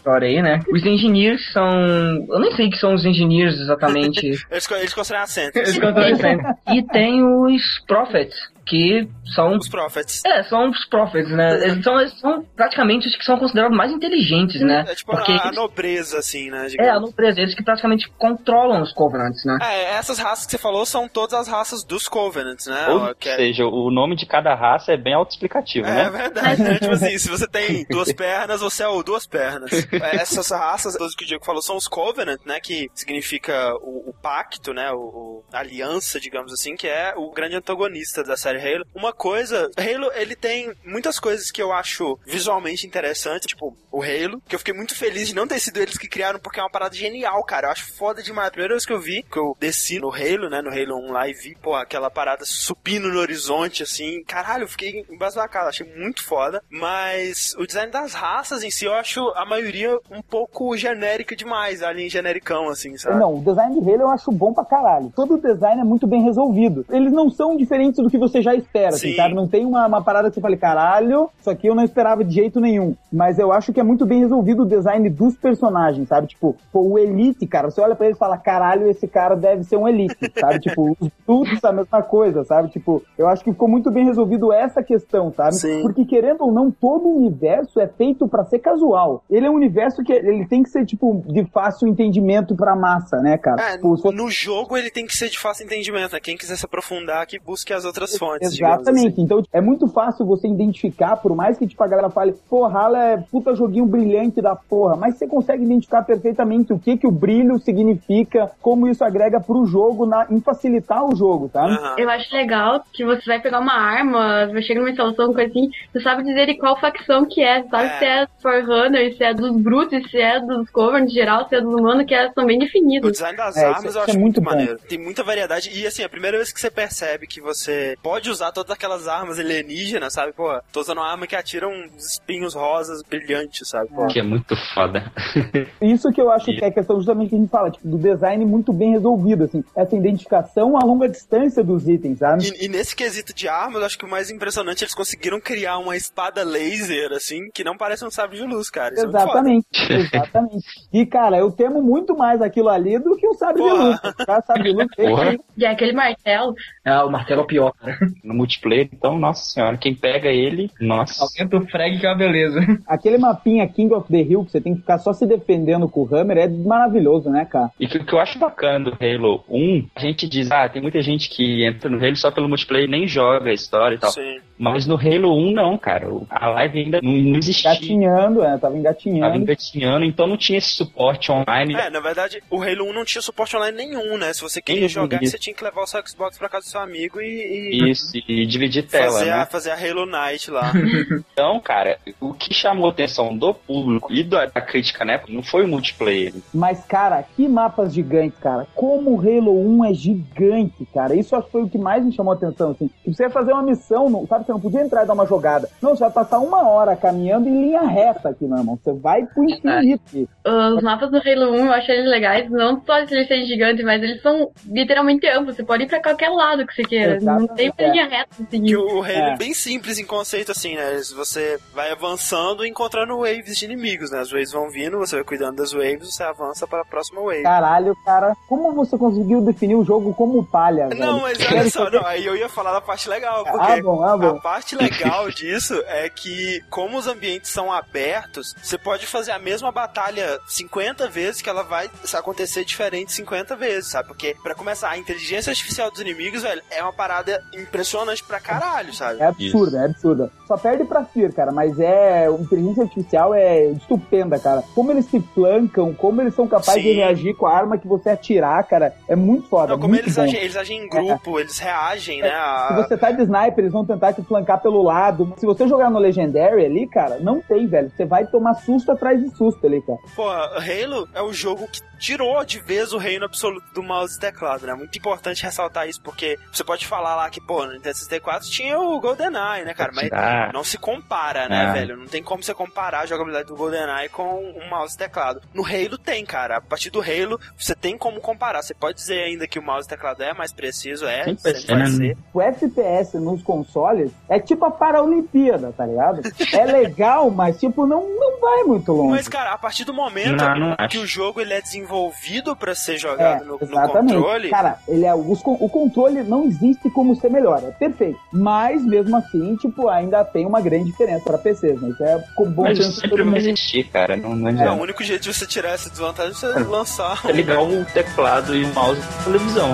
história aí, né? Os engineers são... Eu nem sei o que são os engineers exatamente. Eles constroem a Sentinels. Eles constroem a Sentinels. E tem os Prophets, que são... Os Prophets. São os Prophets, né? Eles são praticamente os que são considerados mais inteligentes, né? É tipo a nobreza, assim, né? A nobreza. Eles que praticamente controlam os Covenants, né? Essas raças que você falou são todas as raças dos Covenants, né? Ou seja, o nome de cada raça é bem autoexplicativo, né? É verdade, né? Tipo assim, se você tem 2 pernas, você é o 2 pernas. Essas raças, todas que o Diego falou, são os Covenant, né? Que significa o pacto, né? A aliança, digamos assim, que é o grande antagonista da série Halo. Uma coisa, Halo, ele tem muitas coisas que eu acho visualmente interessantes, tipo o Halo, que eu fiquei muito feliz de não ter sido eles que criaram, porque é uma parada genial, cara. Eu acho foda demais. A primeira vez que eu desci no Halo, né? No Halo 1 lá e vi, pô, aquela parada subindo no horizonte, assim. Caralho, eu fiquei embasbacado. Achei muito foda. Mas o design das raças em si, eu acho a maioria um pouco genérica demais, ali em genericão, assim, sabe? Não, o design de Halo eu acho bom pra caralho. Todo o design é muito bem resolvido. Eles não são diferentes do que você já espera, assim, sabe? Não tem uma parada que você fale, caralho, isso aqui eu não esperava de jeito nenhum. Mas eu acho que é muito bem resolvido o design dos personagens, sabe? Tipo, o Elite, cara, você olha pra ele e fala, caralho, esse cara deve ser um Elite, sabe? Tipo, os Dudes, a mesma coisa, sabe? Tipo, eu acho que ficou muito bem resolvido essa questão, sabe? Sim. Porque, querendo ou não, todo o universo é feito pra ser casual. Ele é um universo que ele tem que ser, tipo, de fácil entendimento pra massa, né, cara? Tipo, no jogo ele tem que ser de fácil entendimento, né? Quem quiser se aprofundar, que busque as outras fontes. Exatamente. Assim. Então é muito fácil você identificar, por mais que tipo, a galera fale, porra, Halo é puta joguinho brilhante da porra, mas você consegue identificar perfeitamente o que o brilho significa, como isso agrega pro jogo em facilitar o jogo, tá? Uhum. Eu acho legal que você vai pegar uma arma, vai chegar numa instalação, coisa assim, você sabe dizer de qual facção que é, sabe se é Forerunner, se é dos Brutes, se é dos Covenant em geral, se é dos humanos, que são bem definidos. O design das armas eu acho muito maneiro. Tem muita variedade e assim, a primeira vez que você percebe que você pode usar todas aquelas armas alienígenas, sabe? Pô, tô usando uma arma que atira uns espinhos rosas brilhantes, sabe? Pô. Que é muito foda. Isso que eu acho que é a questão justamente que a gente fala, tipo, do design muito bem resolvido, assim. Essa identificação a longa distância dos itens, sabe? E nesse quesito de armas, eu acho que o mais impressionante, eles conseguiram criar uma espada laser, assim, que não parece um sabre de luz, cara. Isso exatamente, exatamente. E, cara, eu temo muito mais aquilo ali do que o sabre de luz. O sabre de luz e aquele martelo. O martelo é o pior, cara. No multiplayer, então, nossa senhora, quem pega ele, nossa. Aumenta o frag que é uma beleza. Aquele mapinha King of the Hill, que você tem que ficar só se defendendo com o Hammer, é maravilhoso, né, cara? E o que eu acho bacana do Halo 1, a gente diz, tem muita gente que entra no Halo só pelo multiplayer e nem joga a história e tal. Sim. Mas no Halo 1 não, cara. A live ainda não existia. Tava engatinhando, então não tinha esse suporte online. Na verdade, o Halo 1 não tinha suporte online nenhum, né? Se você queria jogar, você tinha que levar o seu Xbox pra casa do seu amigo e dividir tela, né? Fazer a Halo Night lá. Então, cara, o que chamou a atenção do público e da crítica, né? Não foi o multiplayer. Mas, cara, que mapas gigantes, cara. Como o Halo 1 é gigante, cara. Isso acho que foi o que mais me chamou a atenção, assim. Você ia fazer uma missão, sabe? Você não podia entrar e dar uma jogada. Não, você vai passar 1 hora caminhando em linha reta aqui, meu irmão. Você vai pro infinito. Os mapas do Halo 1, eu achei eles legais. Não só eles serem gigantes, mas eles são literalmente amplos. Você pode ir pra qualquer lado que você queira. Exatamente, não tem uma linha reta. Que o Halo é bem simples em conceito, assim, né? Você vai avançando e encontrando waves de inimigos, né? As waves vão vindo, você vai cuidando das waves, você avança para a próxima wave. Caralho, cara, como você conseguiu definir o jogo como palha, velho? Não, mas olha só, aí eu ia falar da parte legal, porque bom. A parte legal disso é que, como os ambientes são abertos, você pode fazer a mesma batalha 50 vezes que ela vai acontecer diferente 50 vezes, sabe? Porque, pra começar, a inteligência artificial dos inimigos, velho, é uma parada impressionante pra caralho, sabe? É absurda. Só perde pra Fear, cara, mas a inteligência artificial é estupenda, cara. Como eles se flancam, como eles são capazes de reagir com a arma que você atirar, cara, é muito foda. Não, como eles agem em grupo, eles reagem, né? Se você tá de sniper, eles vão tentar te flancar pelo lado. Se você jogar no Legendary ali, cara, não tem, velho. Você vai tomar susto atrás de susto ali, cara. Pô, Halo é o jogo que tirou de vez o reino absoluto do mouse e teclado, né? Muito importante ressaltar isso, porque você pode falar lá que, pô, no Nintendo 64 tinha o GoldenEye, né, cara? Mas não se compara, né, velho? Não tem como você comparar a jogabilidade do GoldenEye com um mouse e teclado. No Halo tem, cara. A partir do Halo, você tem como comparar. Você pode dizer ainda que o mouse e teclado é mais preciso, sempre vai ser. O FPS nos consoles é tipo a Paralimpíada, tá ligado? É legal, mas tipo, não vai muito longe. Mas, cara, a partir do momento que o jogo ele é desenvolvido pra ser jogado no controle... Cara, o controle não existe como ser melhor, é perfeito. Mas, mesmo assim, tipo, ainda tem uma grande diferença pra PCs, né? Isso é bom. Mas isso sempre vai existir, cara. Não o único jeito de você tirar essa desvantagem é você lançar. É ligar o teclado e o mouse na televisão.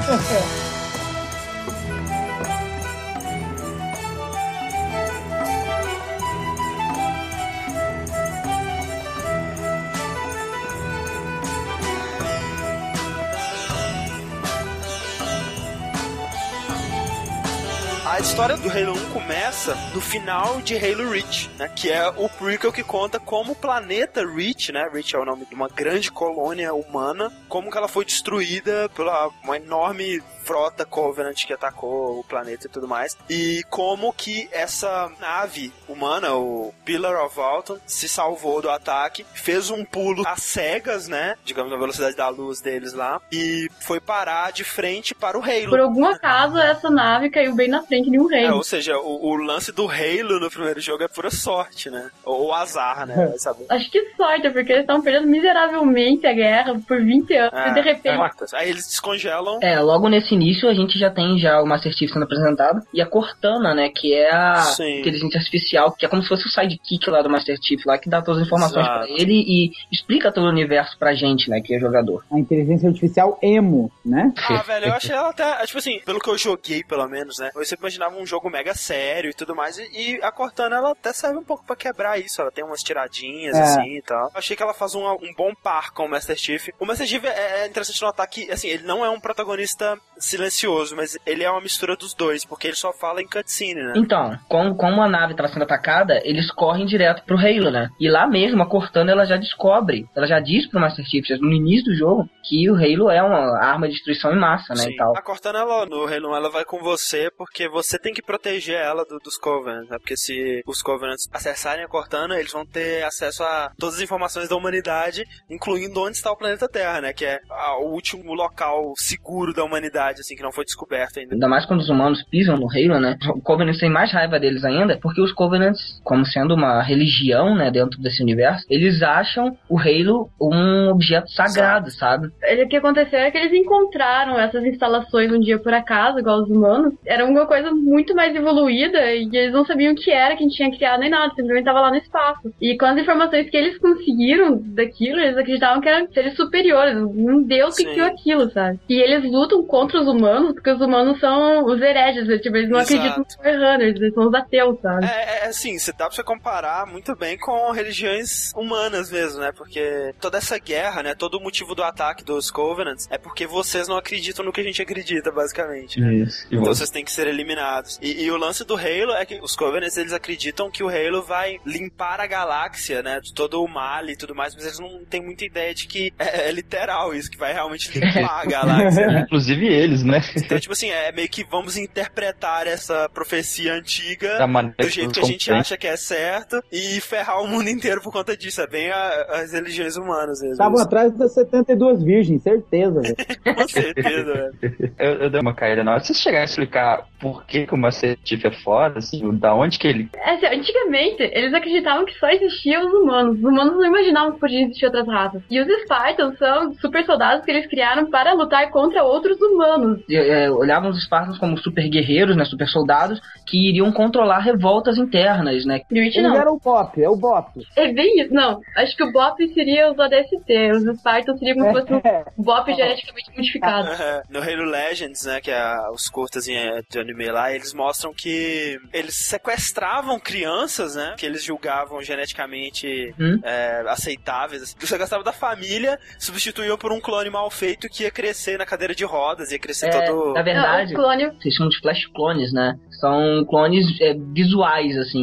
A história do Halo 1 começa no final de Halo Reach, né? Que é o prequel que conta como o planeta Reach, né? Reach é o nome de uma grande colônia humana, como que ela foi destruída pela uma enorme frota Covenant que atacou o planeta e tudo mais, e como que essa nave humana, o Pillar of Alton, se salvou do ataque, fez um pulo às cegas, né, digamos, na velocidade da luz deles lá, e foi parar de frente para o Halo. Por algum acaso, essa nave caiu bem na frente de um Halo. Ou seja, o lance do Halo no primeiro jogo é pura sorte, né, ou azar, né, vai saber. Acho que sorte, porque eles estão perdendo miseravelmente a guerra por 20 anos, e de repente... Aí eles descongelam. Logo nesse início a gente já tem o Master Chief sendo apresentado, e a Cortana, né, que é a inteligência artificial, que é como se fosse o sidekick lá do Master Chief, lá que dá todas as informações pra ele e explica todo o universo pra gente, né, que é jogador. A inteligência artificial emo, né? Velho, eu achei ela até, tipo assim, pelo que eu joguei, pelo menos, né, eu sempre imaginava um jogo mega sério e tudo mais, e a Cortana, ela até serve um pouco pra quebrar isso, ela tem umas tiradinhas, assim, e tal. Eu achei que ela faz um bom par com o Master Chief. O Master Chief é interessante notar que, assim, ele não é um protagonista silencioso, mas ele é uma mistura dos dois, porque ele só fala em cutscene, né? Então, como a nave estava sendo atacada, eles correm direto pro Halo, né? E lá mesmo, a Cortana, ela já descobre, ela já diz pro Master Chief, no início do jogo, que o Halo é uma arma de destruição em massa, né, e tal. A Cortana, no Halo, ela vai com você, porque você tem que proteger ela dos Covenants, né? Porque se os Covenants acessarem a Cortana, eles vão ter acesso a todas as informações da humanidade, incluindo onde está o planeta Terra, né? Que é o último local seguro da humanidade, assim, que não foi descoberto ainda. Ainda mais quando os humanos pisam no Halo, né? O Covenants tem mais raiva deles ainda, porque os Covenants, como sendo uma religião, né, dentro desse universo, eles acham o Halo um objeto sagrado, sabe? O que aconteceu é que eles encontraram essas instalações um dia por acaso, igual os humanos. Era uma coisa muito mais evoluída e eles não sabiam o que era, quem tinha criado nem nada, simplesmente estava lá no espaço. E com as informações que eles conseguiram daquilo, eles acreditavam que eram seres superiores, um deus que criou aquilo, sabe? E eles lutam contra os humanos, porque os humanos são os hereges, tipo, eles não acreditam nos Forerunners, eles são os ateus, sabe? Assim, dá pra você comparar muito bem com religiões humanas mesmo, né? Porque toda essa guerra, né? Todo o motivo do ataque dos Covenants é porque vocês não acreditam no que a gente acredita, basicamente, né? Isso. Então vocês têm que ser eliminados. E o lance do Halo é que os Covenants, eles acreditam que o Halo vai limpar a galáxia, né? De todo o mal e tudo mais, mas eles não têm muita ideia de que é literal isso, que vai realmente limpar a galáxia, né? Inclusive eles, né? Então, tipo assim, é meio que vamos interpretar essa profecia antiga do jeito que a gente acha que é certo e ferrar o mundo inteiro por conta disso. É bem as religiões humanas mesmo. Estavam atrás das 72 virgens, certeza, velho. Com certeza, velho. Eu dei uma caída na hora. Se vocês chegarem a explicar por que o Master Chief é foda, assim, da onde que ele... Assim, antigamente, eles acreditavam que só existiam os humanos. Os humanos não imaginavam que podiam existir outras raças. E os Spartans são super soldados que eles criaram para lutar contra outros humanos. Olhavam os Spartans como super guerreiros, né, super soldados, que iriam controlar revoltas internas, né? Eles eram o BOP, é o BOP. É bem isso, não. Acho que o BOP seria os ADST, os Spartans seriam como se fosse um BOP geneticamente modificado. No Halo Legends, né, que é os curtas de anime lá, eles mostram que eles sequestravam crianças, né, que eles julgavam geneticamente aceitáveis. Assim. Você gastava da família, substituíam por um clone mal feito que ia crescer na cadeira de rodas, ia crescer todo... Na verdade, vocês chamam de flash clones, né? São clones visuais, assim.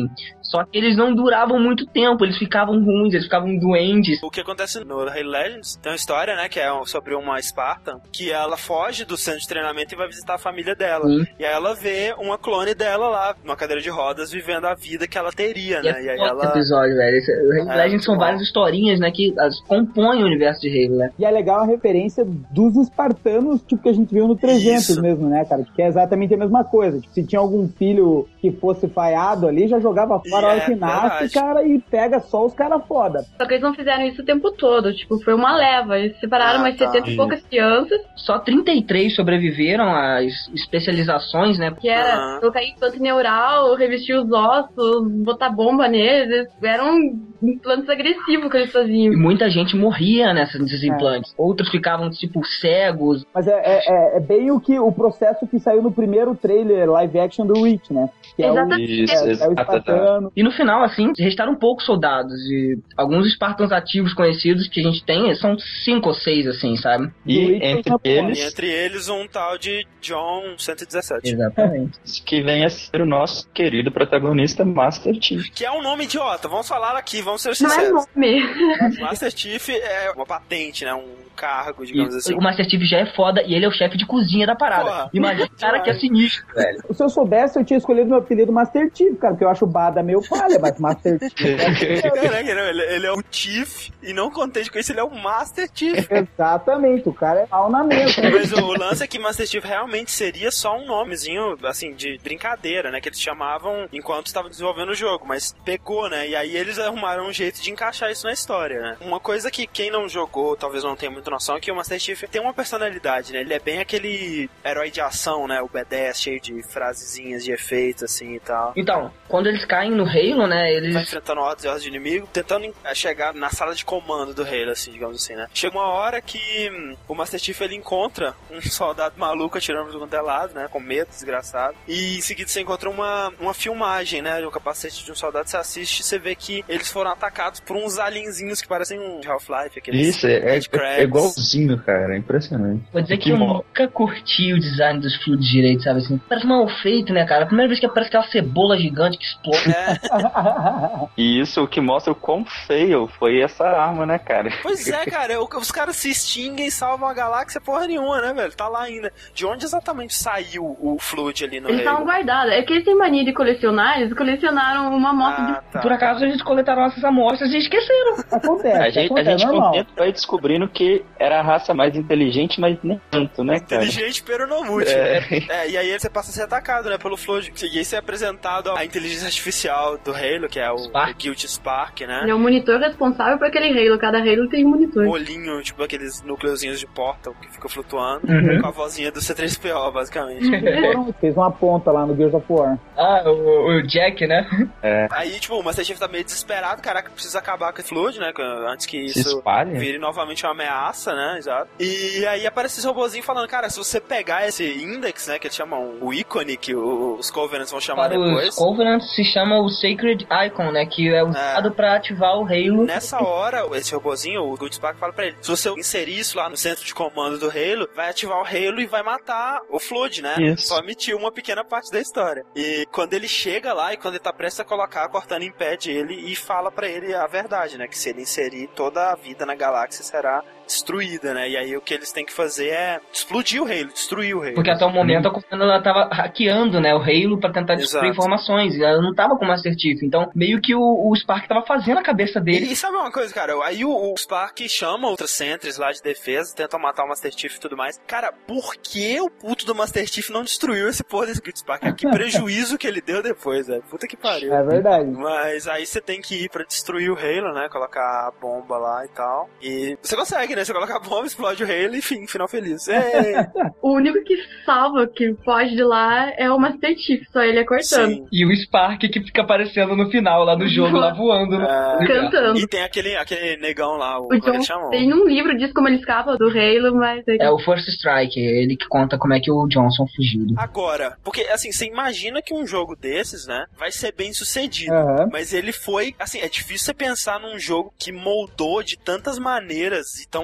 Só que eles não duravam muito tempo, eles ficavam ruins, eles ficavam doentes. O que acontece no Halo Legends, tem uma história, né, que é sobre uma Spartan, que ela foge do centro de treinamento e vai visitar a família dela. E aí ela vê uma clone dela lá, numa cadeira de rodas, vivendo a vida que ela teria, né? E aí ela... episódio, velho. O Halo Legends são várias historinhas, né, que compõem o universo de Halo, né? E é legal a referência dos espartanos, tipo, que a gente viu no 300 mesmo, né, cara? Que é exatamente a mesma coisa. Tipo, se tinha algum filho que fosse falhado ali, já jogava fora a hora que nasce, cara, e pega só os caras foda. Só que eles não fizeram isso o tempo todo, tipo, foi uma leva. Eles separaram umas 70 e poucas crianças. Só 33 sobreviveram às especializações, né? Que era colocar implante neural, revestir os ossos, botar bomba neles. Eram implantes agressivos que eles faziam. E muita gente morria nesses implantes. Outros ficavam, tipo, cegos. Mas é bem o processo que saiu no primeiro trailer live action do Reach, né? Que exatamente. É o espartano. E no final, assim, restaram poucos soldados. E alguns espartanos ativos conhecidos que a gente tem são 5 ou 6, assim, sabe? E entre eles um tal de John 117. Exatamente. Que vem a ser o nosso querido protagonista Master Chief. Que é um nome idiota, vamos falar aqui, vamos ser sinceros. Não é nome. Master Chief é uma patente, né? Um cargo, digamos assim. O Master Chief já é foda e ele é o chefe de cozinha da parada. Porra, imagina o cara que é sinistro, velho. Se eu soubesse, eu tinha escolhido meu apelido Master Chief, cara, porque eu acho o Bada meio falha, mas Master Chief... Caraca, não, ele é o Chief e não contente com isso, ele é o Master Chief. Exatamente, o cara é mal na mesa. Mas o lance é que Master Chief realmente seria só um nomezinho, assim, de brincadeira, né, que eles chamavam enquanto estavam desenvolvendo o jogo, mas pegou, né, e aí eles arrumaram um jeito de encaixar isso na história, né. Uma coisa que quem não jogou, talvez não tenha muita noção, é que o Master Chief tem uma personalidade, né, ele é bem aquele herói de ação, né, o B10, cheio de frasezinhas, de efeitos, assim, e tal. Então, quando eles caem no Halo, né, eles... Vai enfrentando hordas e hordas de inimigo, tentando chegar na sala de comando do Halo, assim, digamos assim, né. Chega uma hora que o Master Chief, ele encontra um soldado maluco atirando do quanto é lado, né, com medo, desgraçado, e em seguida você encontra uma filmagem, né, do capacete de um soldado, você assiste e você vê que eles foram atacados por uns alienzinhos que parecem um Half-Life, aqueles... Isso, é igualzinho, cara, é impressionante. Vou dizer que eu nunca curti o design dos Flood direito, sabe, assim, parece mal feito, né, cara, a primeira vez que aparece aquela cebola gigante que explode. E isso, o que mostra o quão feio foi essa arma, né, cara? Pois é, cara, os caras se extinguem e salvam a galáxia porra nenhuma, né, velho, tá lá ainda. De onde exatamente saiu o Flood ali no Eles estavam guardados, é que eles têm mania de colecionar, eles colecionaram uma amostra de... Tá. Por acaso eles coletaram essas amostras e esqueceram. Acontece, a gente com o tempo vai descobrindo que era a raça mais inteligente, mas nem tanto, né, cara? Inteligente, pero não muito. E aí você passa a ser atacado, né, pelo Flood. E aí você é apresentado a inteligência artificial do Halo, que é o Guild Spark, né? Ele é o monitor responsável por aquele Halo, cada Halo tem um monitor. Um olhinho, tipo aqueles núcleozinhos de porta que ficam flutuando, com a vozinha do C3PO, basicamente. Fez uma ponta lá no Gears of War. O Jack, né? Aí, tipo, o Master Chief tá meio desesperado, caraca, precisa acabar com o Flood, né, antes que isso vire novamente uma ameaça, né, exato. E aí aparece esse robôzinho falando, cara, se você pegar esse index, né, que eles chamam o ícone, que os Covenants vão chamar depois. Os Covenants se chama o Sacred Icon, né, que é usado pra ativar o Halo. Nessa hora, esse robôzinho, o Good Spark, fala pra ele, se você inserir isso lá no centro de comando do Halo, vai ativar o Halo e vai matar o Flood, né? Isso. Só omitiu uma pequena parte da história. E quando ele chega lá e quando ele tá prestes a colocar, a Cortana impede ele e fala pra ele a verdade, né? Que se ele inserir, toda a vida na galáxia será destruída, né? E aí o que eles têm que fazer é explodir o Halo, destruir o Halo. Porque até o momento a Cortana, ela tava hackeando, né, o Halo pra tentar destruir informações, e ela não tava com o Master Chief, então meio que o Spark tava fazendo a cabeça dele. E sabe uma coisa, cara? Aí o Spark chama outros centros lá de defesa, tentam matar o Master Chief e tudo mais. Cara, por que o puto do Master Chief não destruiu esse porra desse Good Spark? Que prejuízo que ele deu depois, velho. Puta que pariu. É verdade. Mas aí você tem que ir pra destruir o Halo, né? Colocar a bomba lá e tal. E você consegue, né? Você coloca a bomba, explode o Halo e enfim, final feliz. O único que salva, que foge de lá, é o Master Chief, só ele é cortando. Sim. E o Spark que fica aparecendo no final lá do jogo, lá voando. Cantando. E tem aquele negão lá, o John tem um livro diz como ele escapa do Halo, mas... É o First Strike, ele que conta como é que o Johnson fugiu. Agora, porque assim, você imagina que um jogo desses, né, vai ser bem sucedido, mas ele foi, assim, é difícil você pensar num jogo que moldou de tantas maneiras e tão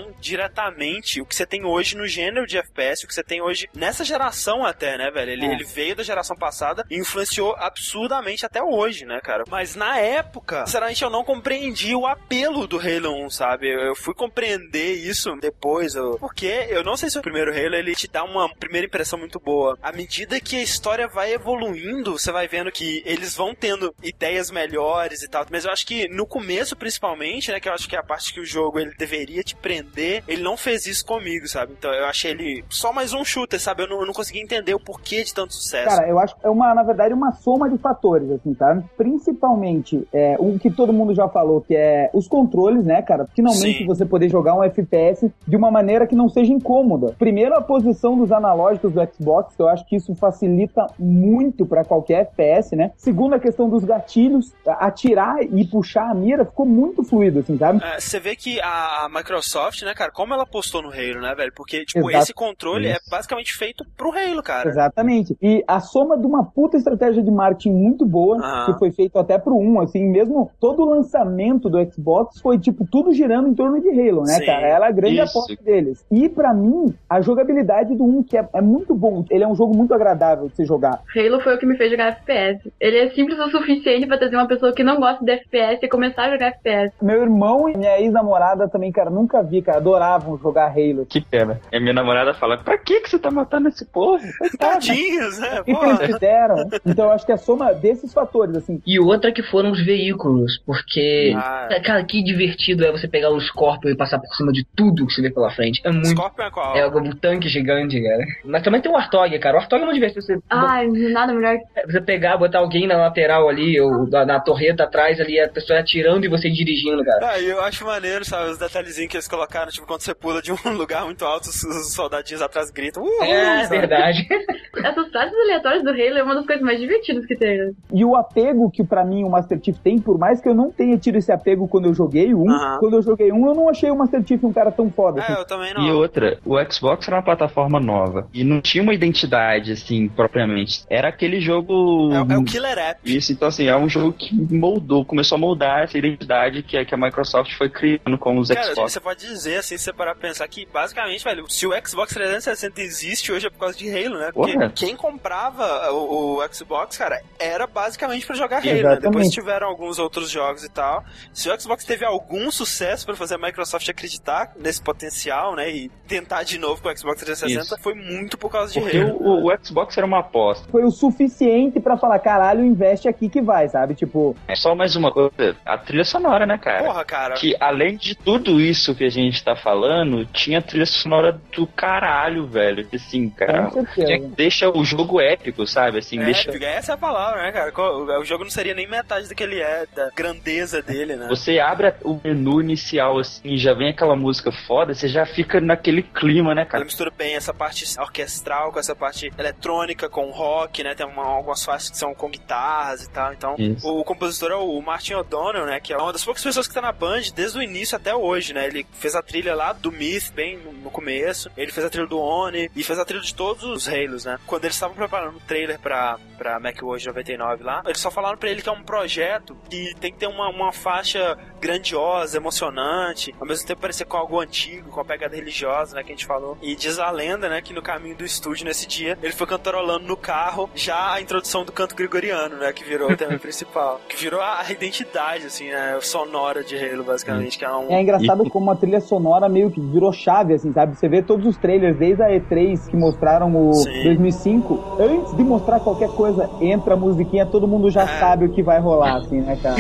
influenciaram diretamente o que você tem hoje no gênero de FPS, o que você tem hoje nessa geração até, né, velho? Ele veio da geração passada e influenciou absurdamente até hoje, né, cara? Mas na época, sinceramente, eu não compreendi o apelo do Halo 1, sabe? Eu fui compreender isso depois, porque eu não sei se o primeiro Halo, ele te dá uma primeira impressão muito boa. À medida que a história vai evoluindo, você vai vendo que eles vão tendo ideias melhores e tal, mas eu acho que no começo, principalmente, né, que eu acho que é a parte que o jogo ele deveria te prender, ele não fez isso comigo, sabe? Então eu achei ele só mais um shooter, sabe? Eu não consegui entender o porquê de tanto sucesso. Cara, eu acho que é na verdade, uma soma de fatores, assim, tá? Principalmente, o que todo mundo já falou, que é os controles, né, cara? Finalmente Sim. você poder jogar um FPS de uma maneira que não seja incômoda. Primeiro, a posição dos analógicos do Xbox, que eu acho que isso facilita muito pra qualquer FPS, né? Segundo, a questão dos gatilhos, atirar e puxar a mira ficou muito fluido, assim, sabe? Você vê que a Microsoft, né, cara, como ela postou no Halo, né, velho? Porque, tipo, esse controle é basicamente feito pro Halo, cara. Exatamente. E a soma de uma puta estratégia de marketing muito boa, que foi feito até pro 1, assim, mesmo todo o lançamento do Xbox foi, tipo, tudo girando em torno de Halo, né, Sim. cara? Ela é a grande aposta deles. E, pra mim, a jogabilidade do 1, que é muito bom, ele é um jogo muito agradável de se jogar. Halo foi o que me fez jogar FPS. Ele é simples o suficiente pra trazer uma pessoa que não gosta de FPS e começar a jogar FPS. Meu irmão e minha ex-namorada também, cara, nunca vi, cara, adoravam jogar Halo. Que pena. E a minha namorada fala, pra que você tá matando esse povo? Tadinhos, né? O que eles fizeram? Então eu acho que a soma desses fatores, assim. E outra que foram os veículos, porque, cara, que divertido é você pegar um Scorpion e passar por cima de tudo que você vê pela frente. É muito... Scorpion é qual? É um tanque gigante, cara. Mas também tem o Warthog, cara. O Warthog é muito divertido. Você... nada melhor. Você pegar, botar alguém na lateral ali, ou na torreta atrás ali, a pessoa atirando e você dirigindo, cara. Eu acho maneiro, sabe, os detalhezinhos que eles colocaram, tipo, quando você pula de um lugar muito alto, os soldadinhos atrás gritam. Verdade. Essas frases aleatórias do Halo é uma das coisas mais divertidas que tem, né? E o apego que pra mim o Master Chief tem, por mais que eu não tenha tido esse apego quando eu joguei quando eu joguei eu não achei o Master Chief um cara tão foda. Assim. Eu também não. E outra, o Xbox era uma plataforma nova e não tinha uma identidade, assim, propriamente. Era aquele jogo... É o Killer App. Isso, então assim, é um jogo que começou a moldar essa identidade que a Microsoft foi criando com os Xbox. Você pode dizer, assim, se você parar pra pensar que, basicamente, velho, se o Xbox 360 existe hoje é por causa de Halo, né? Porque quem comprava o Xbox, cara, era basicamente pra jogar Halo, né? Depois tiveram alguns outros jogos e tal. Se o Xbox teve algum sucesso pra fazer a Microsoft acreditar nesse potencial, né? E tentar de novo com o Xbox 360, foi muito por causa de Halo. O Xbox era uma aposta. Foi o suficiente pra falar, caralho, investe aqui que vai, sabe? Tipo... Só mais uma coisa, a trilha sonora, né, cara? Porra, cara. Que além de tudo isso que a gente tá falando, tinha trilha sonora do caralho, velho. Assim, cara, deixa o jogo épico, sabe? Assim, épico, essa é a palavra, né, cara? O jogo não seria nem metade do que ele é, da grandeza dele, né? Você abre o menu inicial, assim, e já vem aquela música foda, você já fica naquele clima, né, cara? Ela mistura bem essa parte orquestral com essa parte eletrônica, com rock, né? Tem algumas faixas que são com guitarras e tal. Então, o compositor é o Martin O'Donnell, né? Que é uma das poucas pessoas que tá na Band desde o início até hoje, né? Ele fez a trilha lá do Myth, bem no começo. Ele fez a trilha do Oni e fez a trilha de todos os Halos, né? Quando eles estavam preparando o trailer pra Macworld 99 lá, eles só falaram pra ele que é um projeto que tem que ter uma faixa grandiosa, emocionante, ao mesmo tempo parecer com algo antigo, com a pegada religiosa, né? Que a gente falou. E diz a lenda, né? Que no caminho do estúdio nesse dia, ele foi cantarolando no carro já a introdução do canto gregoriano, né? Que virou o tema principal. Que virou a identidade, assim, né? Sonora de Halo, basicamente. Que é engraçado como a trilha sonora meio que virou chave, assim, sabe? Você vê todos os trailers, desde a E3 que mostraram o 2005, antes de mostrar qualquer coisa, entra a musiquinha, todo mundo já sabe o que vai rolar, assim, né, cara?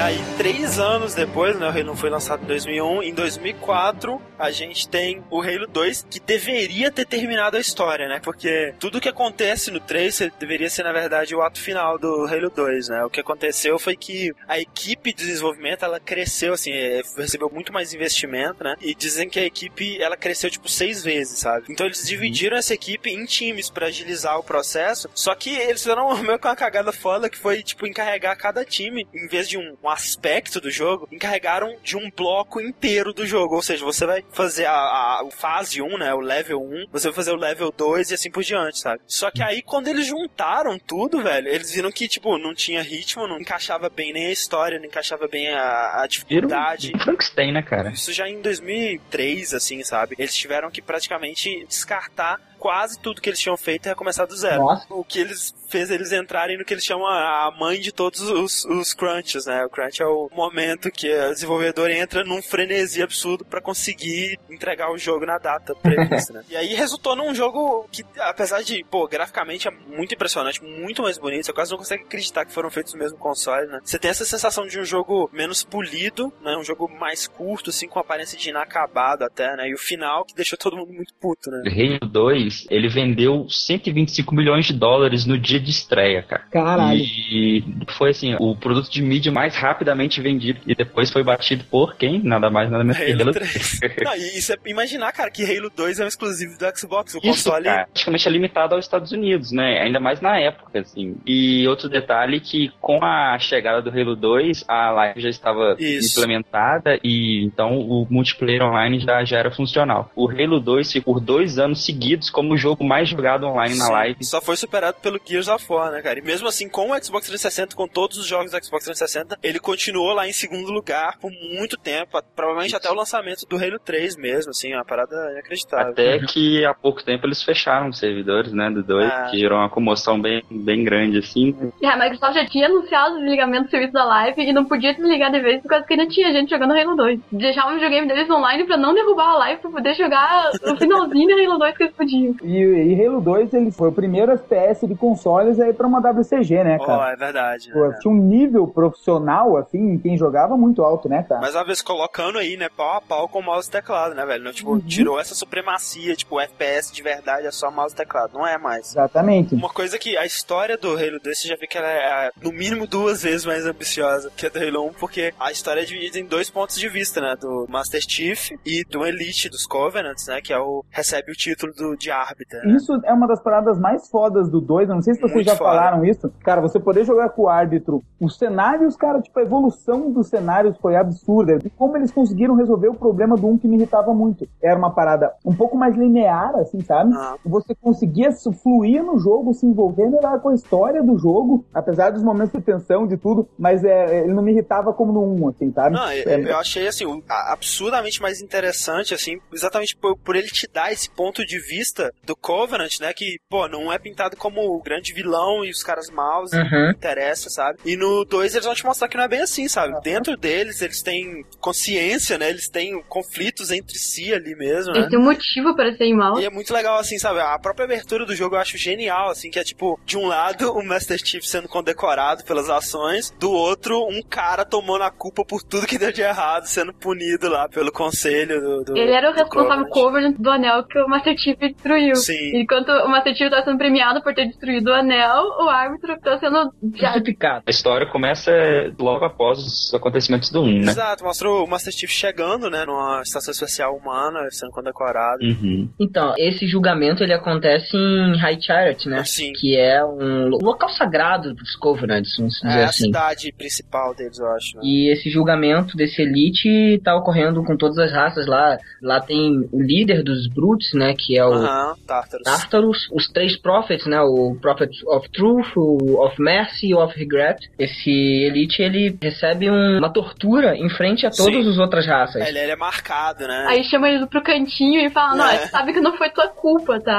aí, 3 anos depois, né, o Halo 1 foi lançado em 2001, em 2004 a gente tem o Halo 2, que deveria ter terminado a história, né, porque tudo que acontece no 3 deveria ser, na verdade, o ato final do Halo 2, né, o que aconteceu foi que a equipe de desenvolvimento, ela cresceu, assim, recebeu muito mais investimento, né, e dizem que a equipe, ela cresceu, tipo, 6 vezes, sabe, então eles dividiram essa equipe em times pra agilizar o processo, só que eles fizeram meio que uma cagada foda, que foi, tipo, encarregar cada time, em vez de um aspecto do jogo, encarregaram de um bloco inteiro do jogo, ou seja, você vai fazer a fase 1, né, o level 1, você vai fazer o level 2 e assim por diante, sabe? Só que aí, quando eles juntaram tudo, velho, eles viram que, tipo, não tinha ritmo, não encaixava bem nem a história, não encaixava bem a dificuldade. Frankenstein, né, cara? Isso já em 2003, assim, sabe? Eles tiveram que praticamente descartar quase tudo que eles tinham feito e recomeçar do zero. Nossa. O que eles fez eles entrarem no que eles chamam a mãe de todos os crunches, né? O crunch é o momento que o desenvolvedor entra num frenesi absurdo pra conseguir entregar o jogo na data prevista, né? E aí resultou num jogo que, apesar de, pô, graficamente é muito impressionante, muito mais bonito, você quase não consegue acreditar que foram feitos no mesmo console, né? Você tem essa sensação de um jogo menos polido, né? Um jogo mais curto, assim, com aparência de inacabado até, né? E o final que deixou todo mundo muito puto, né? Halo 2, ele vendeu 125 milhões de dólares no dia de estreia, cara. Caralho. E foi assim, o produto de mídia mais rapidamente vendido. E depois foi batido por quem? Nada mais, nada menos que Halo 3. Não, e isso é imaginar, cara, que Halo 2 é um exclusivo do Xbox. O isso, console cara, praticamente é limitado aos Estados Unidos, né? Ainda mais na época, assim. E outro detalhe que com a chegada do Halo 2, a live já estava implementada e então o multiplayer online já era funcional. O Halo 2 ficou por 2 anos seguidos como o jogo mais jogado online na live. Só foi superado pelo Gears of War, né, cara? E mesmo assim, com o Xbox 360, com todos os jogos do Xbox 360, ele continuou lá em segundo lugar por muito tempo, provavelmente até o lançamento do Halo 3 mesmo, assim, uma parada inacreditável. Até que há pouco tempo eles fecharam os servidores, né, do 2, que gerou uma comoção bem grande, assim. A Microsoft já tinha anunciado o desligamento do serviço da live e não podia desligar de vez por causa que ainda tinha gente jogando Halo 2. Deixavam o videogame deles online pra não derrubar a live, pra poder jogar o finalzinho de Halo 2 que eles podiam. E Halo 2, ele foi o primeiro FPS de consoles aí pra uma WCG, né, cara? É verdade. Pô, tinha um nível profissional, assim, quem jogava muito alto, né, cara? Mas uma vez colocando aí, né, pau a pau com o mouse e teclado, né, velho? Não, tipo, tirou essa supremacia, tipo, o FPS de verdade é só mouse e teclado, não é mais. Exatamente. Uma coisa que a história do Halo 2, você já vê que ela é, no mínimo, 2 vezes mais ambiciosa que a do Halo 1, porque a história é dividida em 2 pontos de vista, né, do Master Chief e do Elite dos Covenants, né, que é recebe o título de árbitra, né? Isso é uma das paradas mais fodas do 2, eu não sei se vocês Muito já foda. falaram isso. Cara, você poder jogar com o árbitro, os cenários, cara, tipo, a evolução dos cenários foi absurda. E como eles conseguiram resolver o problema do 1 que me irritava muito. Era uma parada um pouco mais linear, assim, sabe? Você conseguia fluir no jogo, se envolver com a história do jogo, apesar dos momentos de tensão, de tudo, mas ele não me irritava como no 1, assim, sabe? Não, eu achei, assim, absurdamente mais interessante, assim, exatamente por ele te dar esse ponto de vista do Covenant, né, que, pô, não é pintado como o grande vilão e os caras maus, não interessa, sabe? E no 2 eles vão te mostrar que não é bem assim, sabe? Dentro deles, eles têm consciência, né, eles têm conflitos entre si ali mesmo, né? Eles têm um motivo para serem maus. E é muito legal, assim, sabe? A própria abertura do jogo eu acho genial, assim, que é tipo, de um lado, o Master Chief sendo condecorado pelas ações, do outro, um cara tomando a culpa por tudo que deu de errado, sendo punido lá pelo conselho do Ele era o responsável Covenant do anel que o Master Chief destruiu. Sim. Enquanto o Master Chief tá sendo premiado por ter destruído o anel, o árbitro tá sendo justificado. A história começa logo após os acontecimentos do 1, né? Exato, mostra o Master Chief chegando, né, numa estação espacial humana, sendo condecorado. Então, esse julgamento, ele acontece em High Chariot, né? Sim. Que é um local sagrado dos Covenants, vamos dizer assim. É a cidade principal deles, eu acho. Né? E esse julgamento desse Elite tá ocorrendo com todas as raças lá. Lá tem o líder dos Brutes, né? Que é o Tartarus. Os 3 Prophets, né? O Prophet of Truth, o of Mercy e o of Regret. Esse Elite, ele recebe uma tortura em frente a todas as outras raças. Ele é marcado, né? Aí chama ele pro cantinho e fala, não, sabe que não foi tua culpa, tá?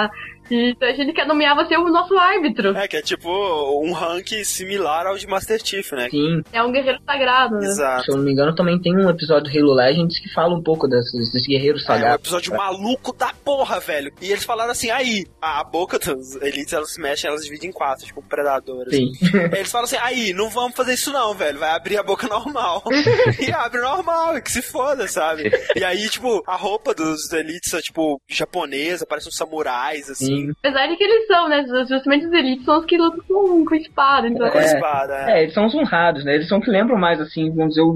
E então a gente quer nomear você o nosso árbitro. Que é tipo um rank similar ao de Master Chief, né? Sim. É um guerreiro sagrado, né? Exato. Se eu não me engano, também tem um episódio do Halo Legends que fala um pouco desses guerreiros sagrados. É um episódio maluco da porra, velho. E eles falaram assim, aí, a boca dos elites, elas se mexem, elas dividem em 4, tipo, predador. Assim. Sim. Eles falam assim, aí, não vamos fazer isso não, velho. Vai abrir a boca normal. E abre normal, que se foda, sabe? E aí, tipo, a roupa dos elites é, tipo, japonesa, parece uns samurais, assim. Sim. Apesar de que eles são, né? Justamente os elites são os que lutam com espada. Então... Com espada, eles são os honrados, né? Eles são que lembram mais, assim, vamos dizer,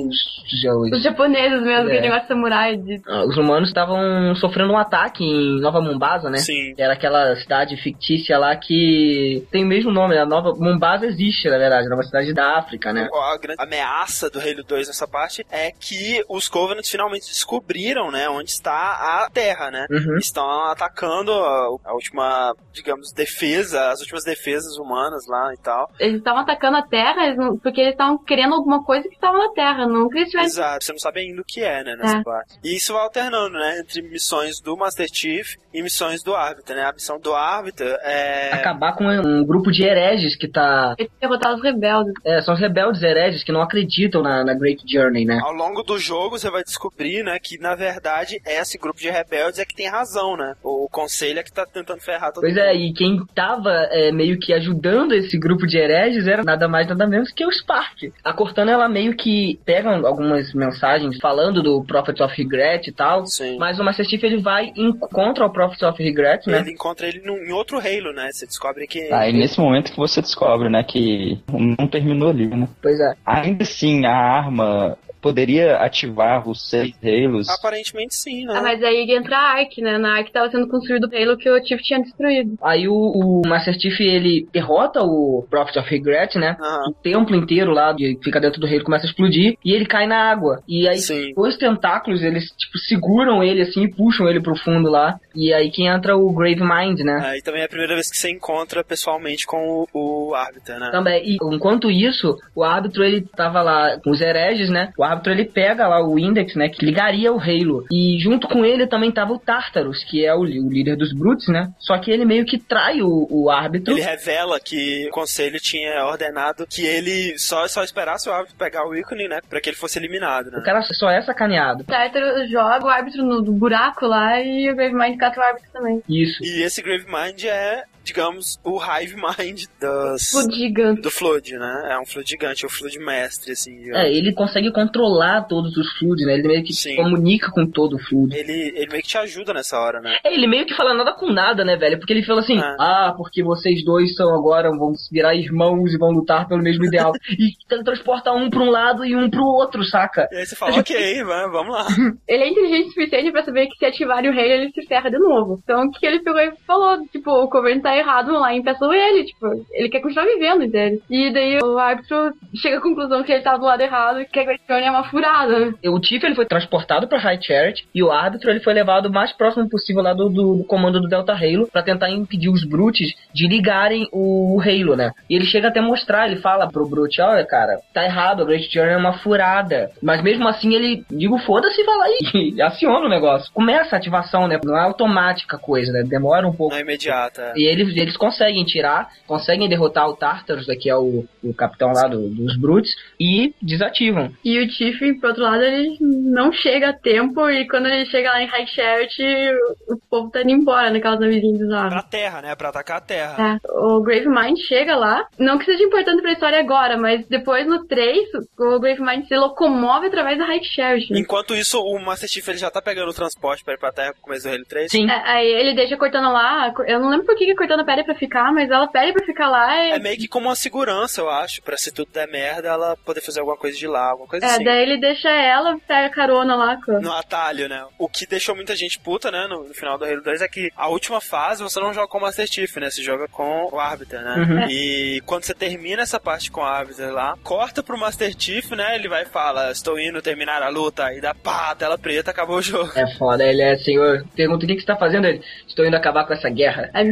os japoneses mesmo, que negócio de samurai. Os humanos estavam sofrendo um ataque em Nova Mombasa, né? Sim. Era aquela cidade fictícia lá que tem o mesmo nome, a Nova Mombasa existe, na verdade, é uma cidade da África, né? A grande ameaça do Halo 2 nessa parte é que os Covenants finalmente descobriram, né, onde está a Terra, né? Uhum. Estão atacando a última, digamos, defesa, as últimas defesas humanas lá e tal. Eles estavam atacando a Terra porque eles estavam querendo alguma coisa que estava na Terra, não que eles tivessem... Exato, você não sabe ainda o que é, né, nessa parte. E isso vai alternando, né, entre missões do Master Chief e missões do Arbiter, né? A missão do Arbiter é... acabar com um grupo de hereges que tá... derrotar os rebeldes. São os rebeldes hereges que não acreditam na Great Journey, né? Ao longo do jogo você vai descobrir, né, que na verdade esse grupo de rebeldes é que tem razão, né? O conselho é que tá tentando ferrar todo mundo. Pois é, e quem tava meio que ajudando esse grupo de hereges era nada mais nada menos que o Spark. A Cortana, ela meio que pega algumas mensagens falando do Prophet of Regret e tal. Sim. Mas o Master Chief, ele vai e encontra o Prophet of Regret, né? Ele encontra ele em outro Halo, né? Você descobre que... É nesse momento que você descobre, né, que não terminou ali, né? Pois é. Ainda assim, a arma poderia ativar os 6 Halos? Aparentemente sim, né? Mas aí entra a Ark, né? Na Ark tava sendo construído o Halo que o Chief tinha destruído. Aí o Master Chief, ele derrota o Prophet of Regret, né? O templo inteiro lá, que fica dentro do Halo, começa a explodir, e ele cai na água. E aí os tentáculos, eles, tipo, seguram ele, assim, e puxam ele pro fundo lá. E aí que entra o Gravemind, né? E também é a primeira vez que você encontra pessoalmente com o Arbiter, né? Também. E enquanto isso, o árbitro, ele tava lá com os hereges, né? O árbitro, ele pega lá o Index, né? Que ligaria o Halo. E junto com ele também tava o Tartarus, que é o líder dos Brutes, né? Só que ele meio que trai o árbitro. Ele revela que o conselho tinha ordenado que ele só esperasse o árbitro pegar o ícone, né? Pra que ele fosse eliminado, né? O cara só é sacaneado. O Tartarus joga o árbitro no buraco lá e o Gravemind cata o árbitro também. Isso. E esse Gravemind é, digamos, o Hive Mind Flood gigante. do Flood, né? É um Flood gigante, é o Flood mestre, assim. Ele consegue controlar todos os Flood, né? Ele meio que se comunica com todo o Flood. Ele meio que te ajuda nessa hora, né? Ele meio que fala nada com nada, né, velho? Porque ele fala assim, porque vocês dois são agora, vão se virar irmãos e vão lutar pelo mesmo ideal. E transporta um pra um lado e um pro outro, saca? E aí você fala, ok, vamos lá. Ele é inteligente o suficiente pra saber que se ativarem o rei, ele se ferra de novo. Então, o que ele pegou e falou? Tipo, o Covenant tá errado, vão lá e impeçam ele. Tipo, ele quer continuar vivendo, entende? E daí o árbitro chega à conclusão que ele tá do lado errado e que a Great Journey é uma furada, né? O Chief, ele foi transportado pra High Chariot e o árbitro, ele foi levado o mais próximo possível lá do comando do Delta Halo pra tentar impedir os Brutes de ligarem o Halo, né? E ele chega até a mostrar, ele fala pro Brute, olha, cara, tá errado, a Great Journey é uma furada. Mas mesmo assim ele, foda-se, vai lá e aciona o negócio. Começa a ativação, né? Não é automática a coisa, né? Demora um pouco. Não é imediata. E eles conseguem tirar, conseguem derrotar o Tartarus, que é o capitão lá dos Brutes, e desativam. E o Chief, por outro lado, ele não chega a tempo, e quando ele chega lá em High Chariot, o povo tá indo embora naquelas navezinhas lá. Pra terra, né? Pra atacar a terra. O Gravemind chega lá, não que seja importante pra história agora, mas depois no 3, o Gravemind se locomove através da High Chariot. Enquanto isso, o Master Chief ele já tá pegando o transporte pra ir pra terra no começo do Halo 3. Sim. Aí ele deixa a Cortana lá, eu não lembro por que a Cortana pede pra ficar, mas ela pede pra ficar lá. É meio que como uma segurança, eu acho, pra se tudo der merda, ela poder fazer alguma coisa de lá, alguma coisa assim. Daí ele deixa ela, pega carona lá. No atalho, né? O que deixou muita gente puta, né, no final do Halo 2 é que a última fase você não joga com o Master Chief, né? Você joga com o Arbiter, né? Uhum. E quando você termina essa parte com o Arbiter lá, corta pro Master Chief, né? Ele vai e fala, estou indo terminar a luta, e dá pá, tela preta, acabou o jogo. É foda, ele é assim, eu pergunto o que você tá fazendo, ele, estou indo acabar com essa guerra. I'm finished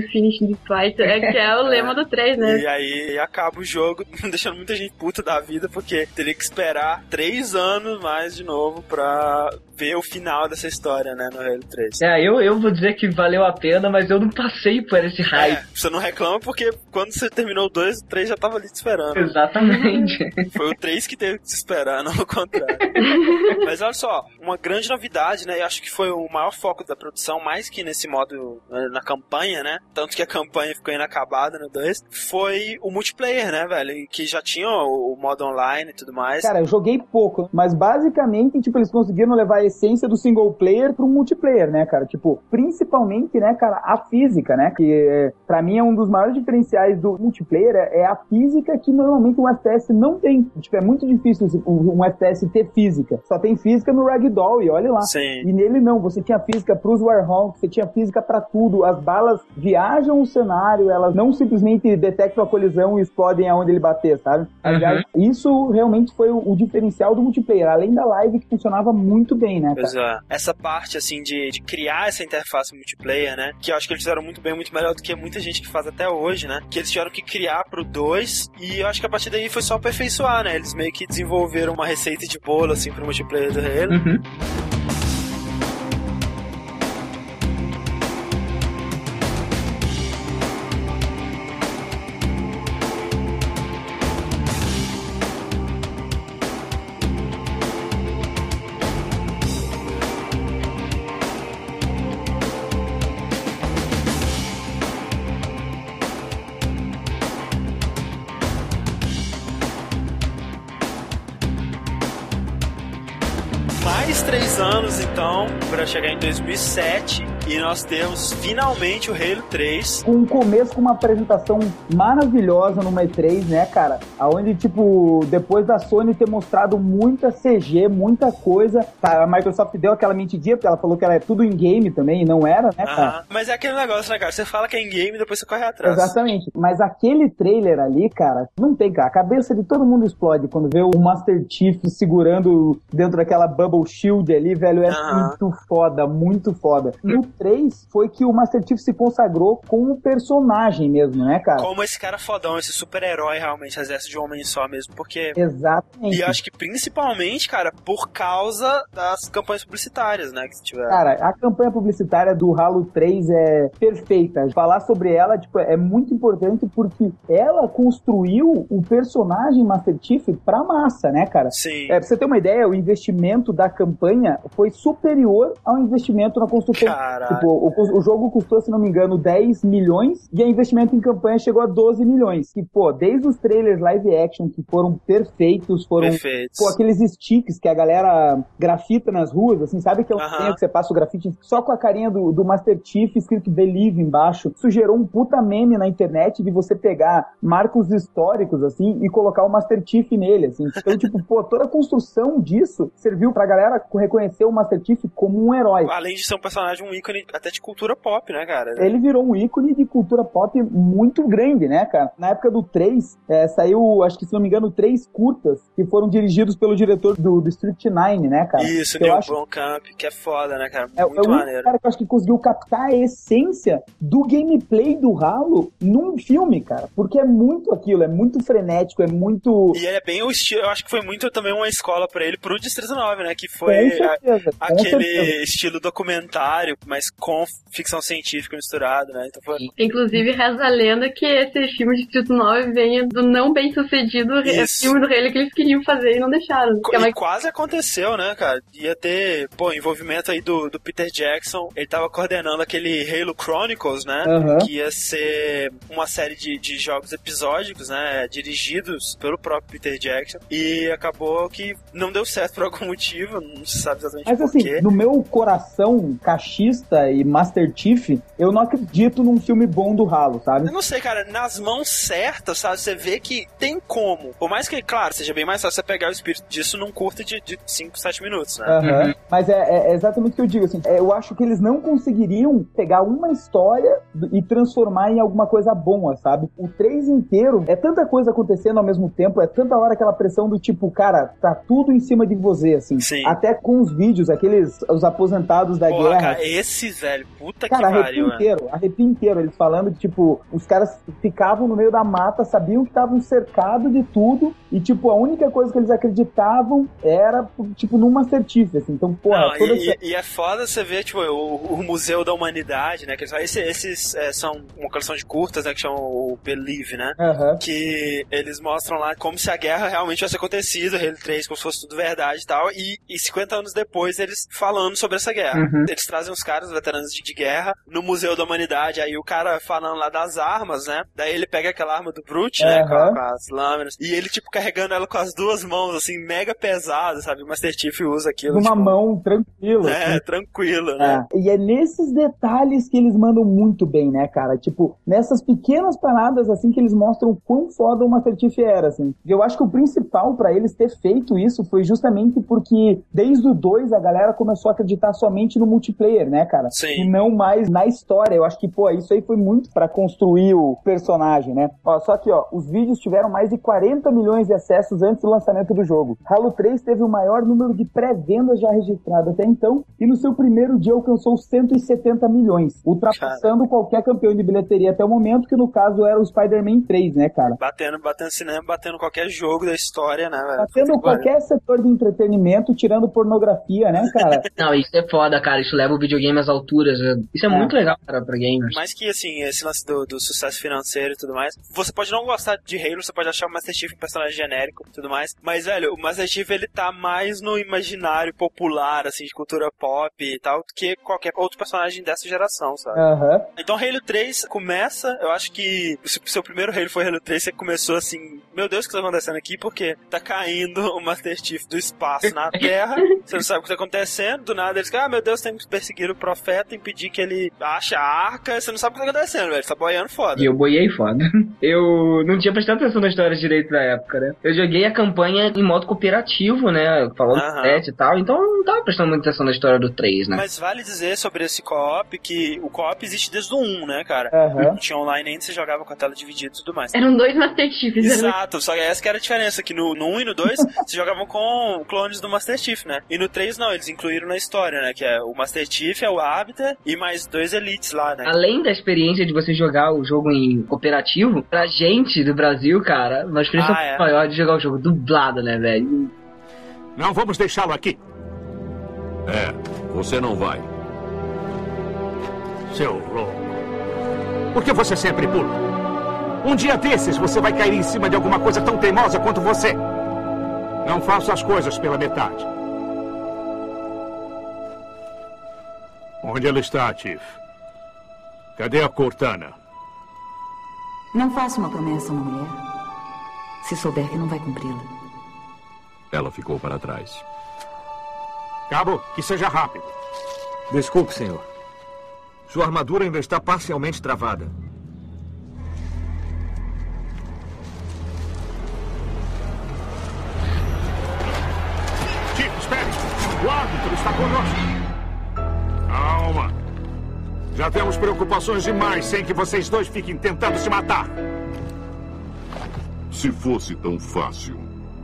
Street Fighter, que é o lema do 3, né? E aí acaba o jogo deixando muita gente puta da vida, porque teria que esperar 3 anos mais de novo pra ver o final dessa história, né, no Halo 3. Eu vou dizer que valeu a pena, mas eu não passei por esse hype. Você não reclama porque quando você terminou o 2, o 3 já tava ali te esperando. Exatamente. Foi o 3 que teve que te esperar, não o contrário. Mas olha só, uma grande novidade, né, eu acho que foi o maior foco da produção, mais que nesse modo, na campanha, né, tanto que a campanha ficou inacabada no 2, foi o multiplayer, né, velho, que já tinha o modo online e tudo mais. Cara, eu joguei pouco, mas basicamente, tipo, eles conseguiram levar a essência do single player pro multiplayer, né, cara? Tipo, principalmente, né, cara, a física, né? Que pra mim é um dos maiores diferenciais do multiplayer, é a física que normalmente um FPS não tem. Tipo, é muito difícil um FPS ter física. Só tem física no Ragdoll, e olha lá. Sim. E nele não, você tinha física pros Warhawks, você tinha física pra tudo. As balas viajam o cenário, elas não simplesmente detectam a colisão e explodem aonde ele bater, sabe? Aliás, isso realmente foi o diferencial do multiplayer, além da live que funcionava muito bem, né, cara? Pois é. Essa parte, assim, de criar essa interface multiplayer, né, que eu acho que eles fizeram muito bem, muito melhor do que muita gente que faz até hoje, né, que eles tiveram que criar pro 2, e eu acho que a partir daí foi só aperfeiçoar, né, eles meio que desenvolveram uma receita de bolo, assim, pro multiplayer do Halo. Mais 3 anos, então, para chegar em 2007, e nós temos finalmente o Halo 3. Com um começo, com uma apresentação maravilhosa no E3, né, cara? Onde, tipo, depois da Sony ter mostrado muita CG, muita coisa, tá? A Microsoft deu aquela mentidinha, porque ela falou que era tudo in-game também, e não era, né, cara? Mas é aquele negócio, né, cara? Você fala que é in-game e depois você corre atrás. Exatamente. Mas aquele trailer ali, cara, não tem, cara. A cabeça de todo mundo explode quando vê o Master Chief segurando dentro daquela Bubble Shield ali, velho. É muito foda, muito foda. No 3 foi que o Master Chief se consagrou como personagem mesmo, né, cara? Como esse cara fodão, esse super-herói realmente, exército de um homem só mesmo, porque... Exatamente. E eu acho que principalmente, cara, por causa das campanhas publicitárias, né, que tiveram. Cara, a campanha publicitária do Halo 3 é perfeita. Falar sobre ela, tipo, é muito importante porque ela construiu o personagem Master Chief pra massa, né, cara? Sim. Pra você ter uma ideia, o investimento da campanha foi superior ao investimento na construção. Caraca. Tipo, o jogo custou, se não me engano, 10 milhões e o investimento em campanha chegou a 12 milhões. E, pô, desde os trailers live action que foram perfeitos, foram pô, aqueles sticks que a galera grafita nas ruas, assim, sabe que é um desenho que você passa o grafite só com a carinha do Master Chief escrito Believe embaixo. Isso gerou um puta meme na internet de você pegar marcos históricos, assim, e colocar o Master Chief nele, assim. Então, tipo, pô, toda a construção disso serviu pra galera reconhecer o Master Chief como um herói. Além de ser um personagem, um ícone até de cultura pop, né, cara? Ele virou um ícone de cultura pop muito grande, né, cara? Na época do 3, saiu, acho que se não me engano, 3 curtas que foram dirigidos pelo diretor do District 9, né, cara? Isso, Neil Blomkamp, que é foda, né, cara? Muito maneiro. Cara que eu acho que conseguiu captar a essência do gameplay do Halo num filme, cara. Porque é muito aquilo, é muito frenético, é muito... E ele é bem o estilo, eu acho que foi muito também uma escola pra ele, pro Distrito 9, né, que foi aquele estilo documentário, mas com ficção científica misturado, né? Então foi... Inclusive, reza a lenda que esse filme Distrito 9 venha do não bem sucedido filme do Halo que eles queriam fazer e não deixaram. E quase aconteceu, né, cara? Ia ter, envolvimento aí do Peter Jackson. Ele tava coordenando aquele Halo Chronicles, né? Que ia ser uma série de jogos episódicos, né? Dirigidos pelo próprio Peter Jackson. E acabou que não deu certo por algum motivo, não se sabe exatamente por quê. Mas assim, no meu coração cachista e Master Chief, eu não acredito num filme bom do Halo, sabe? Eu não sei, cara, nas mãos certas, sabe, você vê que tem como. Por mais que, claro, seja bem mais fácil você pegar o espírito disso num curto de 5, 7 minutos, né? Mas é exatamente o que eu digo, assim, eu acho que eles não conseguiriam pegar uma história e transformar em alguma coisa boa, sabe? O 3 inteiro, é tanta coisa acontecendo ao mesmo tempo, é tanta hora aquela pressão do tipo, cara, tá tudo em cima de você, assim. Sim. Até com os vídeos, os aposentados da guerra. Cara, esse esse, velho. Puta que pariu, arrepio inteiro. Eles falando que, tipo, os caras ficavam no meio da mata, sabiam que estavam cercados de tudo e, tipo, a única coisa que eles acreditavam era, tipo, num Master Chief, assim. Então, porra... E é foda você ver, tipo, o Museu da Humanidade, né? Que esses são uma coleção de curtas, né? Que chamam o Believe, né? Que eles mostram lá como se a guerra realmente tivesse acontecido, Halo 3, como se fosse tudo verdade e tal, e 50 anos depois eles falando sobre essa guerra. Eles trazem os caras, os veteranos de guerra, no Museu da Humanidade, aí o cara falando lá das armas, né? Daí ele pega aquela arma do Brute, né? Com as lâminas, e ele, tipo, carregando ela com as duas mãos, assim, mega pesado, sabe? O Master Chief usa aquilo. Uma mão tranquila. Tranquilo, né? E é nesses detalhes que eles mandam muito bem, né, cara? Tipo, nessas pequenas paradas, assim, que eles mostram o quão foda o Master Chief era, assim. Eu acho que o principal pra eles ter feito isso foi justamente porque desde o 2 a galera começou a acreditar somente no multiplayer, né, cara? Sim. E não mais na história. Eu acho que, pô, isso aí foi muito pra construir o personagem, né? Ó, só que, ó, os vídeos tiveram mais de 40 milhões de acessos antes do lançamento do jogo. Halo 3 teve o maior número de pré-vendas já registrado até então, e no seu primeiro dia alcançou 170 milhões, ultrapassando qualquer campeão de bilheteria até o momento, que no caso era o Spider-Man 3, né, cara? Batendo cinema, batendo qualquer jogo da história, né, velho? Batendo qualquer setor de entretenimento, tirando pornografia, né, cara? Não, isso é foda, cara, isso leva o videogame às alturas, isso é muito legal, cara, pra gamers. Mais que, assim, esse lance do sucesso financeiro e tudo mais, você pode não gostar de Halo, você pode achar o Master Chief um personagem genérico e tudo mais, mas, velho, o Master Chief, ele tá mais no imaginário popular, assim, de cultura pop e tal, do que qualquer outro personagem dessa geração, sabe? Então Halo 3 começa, eu acho que se o seu primeiro Halo foi Halo 3, você começou assim, meu Deus, o que tá acontecendo aqui? Porque tá caindo o Master Chief do espaço na Terra, você não sabe o que tá acontecendo, do nada eles meu Deus, tem que perseguir o profeta, impedir que ele ache a arca, você não sabe o que tá acontecendo, velho, tá boiando foda. E eu boiei foda. Eu não tinha prestado atenção na história direito na época, né? Eu joguei a campanha em modo cooperativo, né, falando do 7 e tal, então eu não tava prestando muita atenção na história do 3, né? Mas vale dizer sobre esse co-op que o co-op existe desde o 1, né, cara? Não tinha online ainda, você jogava com a tela dividida e tudo mais. Eram 2 Master Chiefs. Exato, só que essa que era a diferença, que no 1 e no 2 você jogavam com clones do Master Chief, né? E no 3 não, eles incluíram na história, né? Que é o Master Chief, é o Arbiter e mais 2 Elites lá, né? Além da experiência de você jogar o jogo em cooperativo, pra gente do Brasil, cara, uma experiência maior de jogar o jogo dublado, né, velho? Não vamos deixá-lo aqui. Você não vai. Seu louco. Por que você sempre pula? Um dia desses você vai cair em cima de alguma coisa tão teimosa quanto você. Não faça as coisas pela metade. Onde ela está, Chief? Cadê a Cortana? Não faça uma promessa a uma mulher se souber que não vai cumpri-la. Ela ficou para trás. Cabo, que seja rápido. Desculpe, senhor. Sua armadura ainda está parcialmente travada. Chief, espere! O árbitro está conosco. Calma. Já temos preocupações demais sem que vocês dois fiquem tentando se matar. Se fosse tão fácil.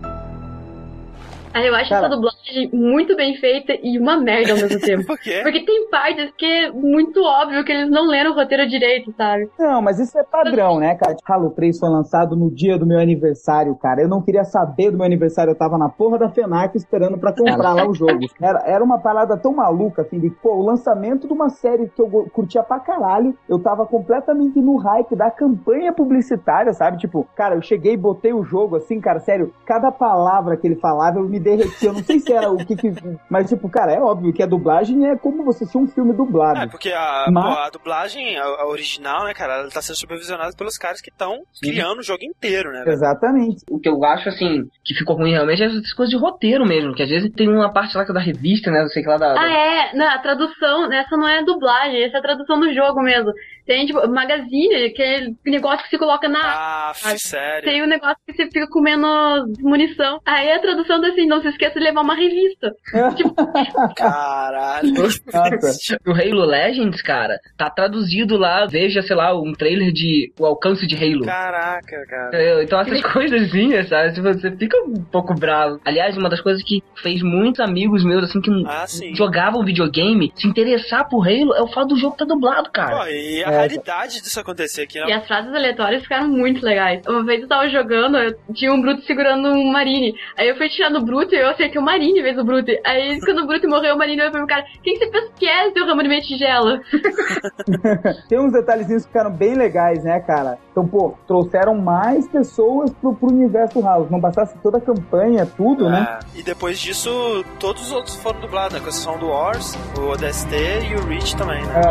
Eu acho essa dublagem muito bem feita e uma merda ao mesmo tempo. Por quê? Porque tem partes que é muito óbvio que eles não leram o roteiro direito, sabe? Não, mas isso é padrão, né, cara? Halo 3 foi lançado no dia do meu aniversário, cara. Eu não queria saber do meu aniversário, eu tava na porra da FENAC esperando pra comprar lá o jogo. Era uma parada tão maluca, assim, de, pô, o lançamento de uma série que eu curtia pra caralho, eu tava completamente no hype da campanha publicitária, sabe? Tipo, cara, eu cheguei e botei o jogo, assim, cara, sério, cada palavra que ele falava, eu me derretia, eu não sei se era o que... Mas, tipo, cara, é óbvio que a dublagem é como você assistir um filme dublado. Porque a dublagem, a original, né, cara, ela tá sendo supervisionada pelos caras que estão criando o jogo inteiro, né? Exatamente. O que eu acho, assim, que ficou ruim realmente é essas coisas de roteiro mesmo, que às vezes tem uma parte lá que é da revista, né, não sei o que lá da... Não, a tradução, essa não é dublagem, essa é a tradução do jogo mesmo. Tem, tipo, Magazine, aquele negócio que se coloca na... sério? Tem um negócio que você fica comendo munição. Aí a tradução tá assim, não se esqueça de levar uma revista. Tipo... Caralho. O Halo Legends, cara, tá traduzido lá, veja, sei lá, um trailer de O Alcance de Halo. Caraca, cara. Então essas coisas assim, sabe, você fica um pouco bravo. Aliás, uma das coisas que fez muitos amigos meus, assim, que jogavam videogame, se interessar por Halo, é o fato do jogo tá dublado, cara. Pô, e a raridade disso acontecer aqui, né? E as frases aleatórias ficaram muito legais. Uma vez eu tava jogando, eu tinha um Brute segurando um Marine. Aí eu fui tirar do Brute e eu acertei o Marine em vez do Brute. Aí quando o Brute morreu, o Marine olhou pra mim, cara, quem você pensa que é seu ramo de meia tigela? Tem uns detalhezinhos que ficaram bem legais, né, cara? Então, pô, trouxeram mais pessoas pro universo Halo. Não bastasse toda a campanha, tudo, né? E depois disso, todos os outros foram dublados, né? Com exceção do Wars, o ODST e o Reach também, né?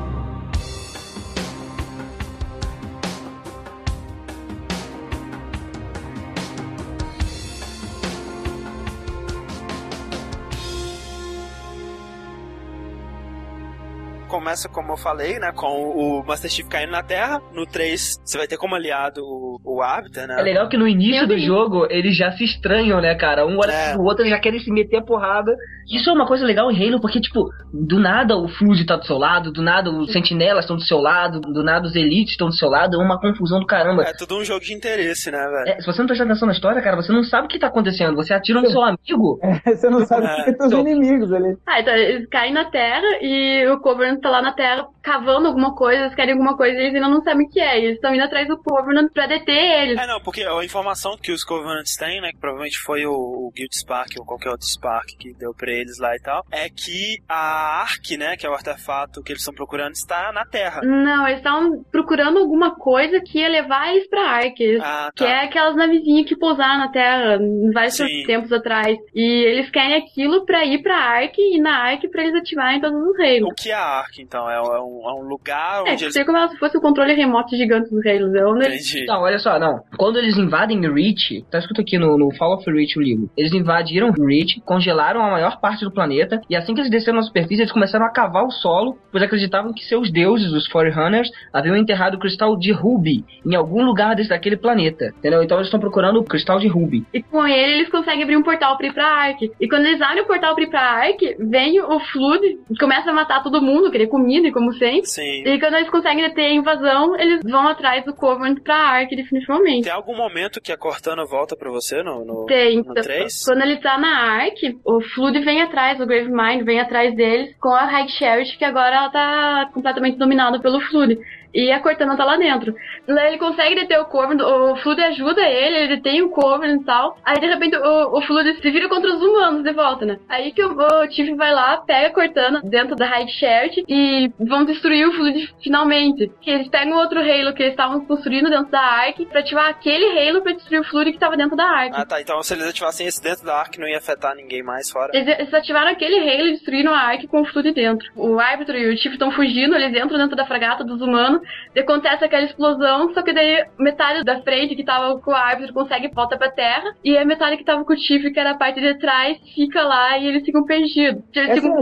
Começa, como eu falei, né, com o Master Chief caindo na Terra. No 3, você vai ter como aliado o Arbiter, né? É legal que no início do jogo, eles já se estranham, né, cara? Um olha pro outro e já querem se meter a porrada. Isso é uma coisa legal em Halo, porque, tipo, do nada o Fuse tá do seu lado, do nada os Sentinelas estão do seu lado, do nada os Elites estão do seu lado, é uma confusão do caramba. É tudo um jogo de interesse, né, velho? Se você não presta atenção na história, cara, você não sabe o que tá acontecendo. Você atira no seu amigo. Você não sabe o que tem seus inimigos ali. Então eles caem na Terra e o Covenant tá lá na Terra cavando alguma coisa, eles querem alguma coisa e eles ainda não sabem o que é. E eles estão indo atrás do Covenant pra deter eles. Não, porque a informação que os Covenants têm, né, que provavelmente foi o Guild Spark ou qualquer outro Spark que deu pra eles lá e tal, é que a Ark, né, que é o artefato que eles estão procurando, está na Terra. Não, eles estão procurando alguma coisa que ia levar eles pra Ark. Que é aquelas navezinhas que pousaram na Terra vários tempos atrás. E eles querem aquilo pra ir pra Ark e na Ark pra eles ativarem todos os reinos. O que é a Ark, então? É um lugar onde eles... É como se fosse o controle remoto gigante dos reinos. Entendi. Não, olha só, não. Quando eles invadem Reach, tá escrito aqui no Fall of Reach, o livro. Eles invadiram Reach, congelaram a maior parte do planeta, e assim que eles desceram na superfície, eles começaram a cavar o solo, pois acreditavam que seus deuses, os Forerunners, haviam enterrado o cristal de Ruby em algum lugar daquele planeta, entendeu? Então eles estão procurando o cristal de Ruby. E com ele, eles conseguem abrir um portal pra ir pra Ark. E quando eles abrem o portal pra ir pra Ark, vem o Flood, começa a matar todo mundo, querer comida, como sempre. Sim. E quando eles conseguem deter a invasão, eles vão atrás do Covenant pra Ark, definitivamente. Tem algum momento que a Cortana volta pra você no Tem. No 3? Quando ele tá na Ark, o Flood vem atrás, o Gravemind vem atrás deles com a High Sheriff, que agora ela tá completamente dominada pelo Flood. E a Cortana tá lá dentro. Ele consegue deter o Covenant, o Flood ajuda ele detém o Covenant e tal. Aí de repente o Flood se vira contra os humanos de volta, né? Aí que o Tiff vai lá, pega a Cortana dentro da High Sheriff e vão destruir o Flood finalmente. Que eles pegam outro Halo que eles estavam construindo dentro da Ark pra ativar aquele Halo pra destruir o Flood que tava dentro da Ark. Ah, tá. Então se eles ativassem esse dentro da Ark, não ia afetar ninguém mais fora. Eles ativaram aquele Halo e destruíram a Ark com o Flood dentro. O Arbiter e o Tiff estão fugindo, eles entram dentro da fragata dos humanos. Acontece aquela explosão, só que daí metade da frente que tava com o árbitro consegue volta pra terra, e a metade que tava com o Tiff, que era a parte de trás, fica lá e eles ficam perdidos. Eles ficam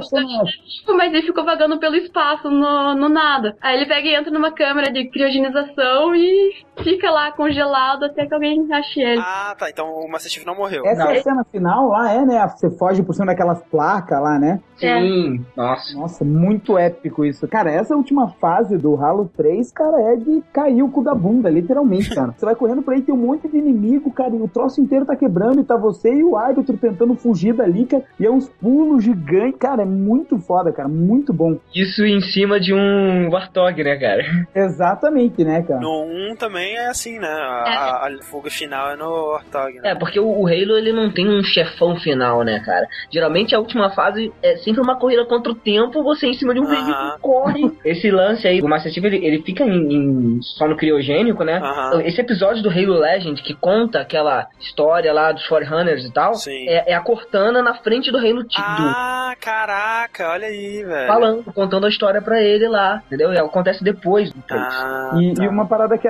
mas ele ficou vagando pelo espaço, no nada. Aí ele pega e entra numa câmera de criogenização e fica lá congelado até que alguém ache ele. Ah, tá. Então o Master Chief não morreu. Essa é a cena final lá, né? Você foge por cima daquelas placas lá, né? Sim. Nossa, muito épico isso. Cara, essa última fase do Halo 3, cara, é de cair o cu da bunda, literalmente, cara. Você vai correndo por aí, tem um monte de inimigo, cara, e o troço inteiro tá quebrando, e tá você e o árbitro tentando fugir dali, cara, e é uns pulos gigantes, cara, é muito foda, cara, muito bom. Isso em cima de um Warthog, né, cara? Exatamente, né, cara? No 1 também é assim, né? A fuga final é no Warthog, né? Porque o Halo, ele não tem um chefão final, né, cara? Geralmente a última fase é sempre uma corrida contra o tempo, você em cima de um veículo corre. Esse lance aí, o Master Chief, ele fica só no criogênico, né? Esse episódio do Halo Legend que conta aquela história lá dos Forerunners e tal, é a Cortana na frente do Halo Tido. Ah, caraca, olha aí, velho. Falando, contando a história pra ele lá, entendeu? E acontece depois do E uma parada que é legal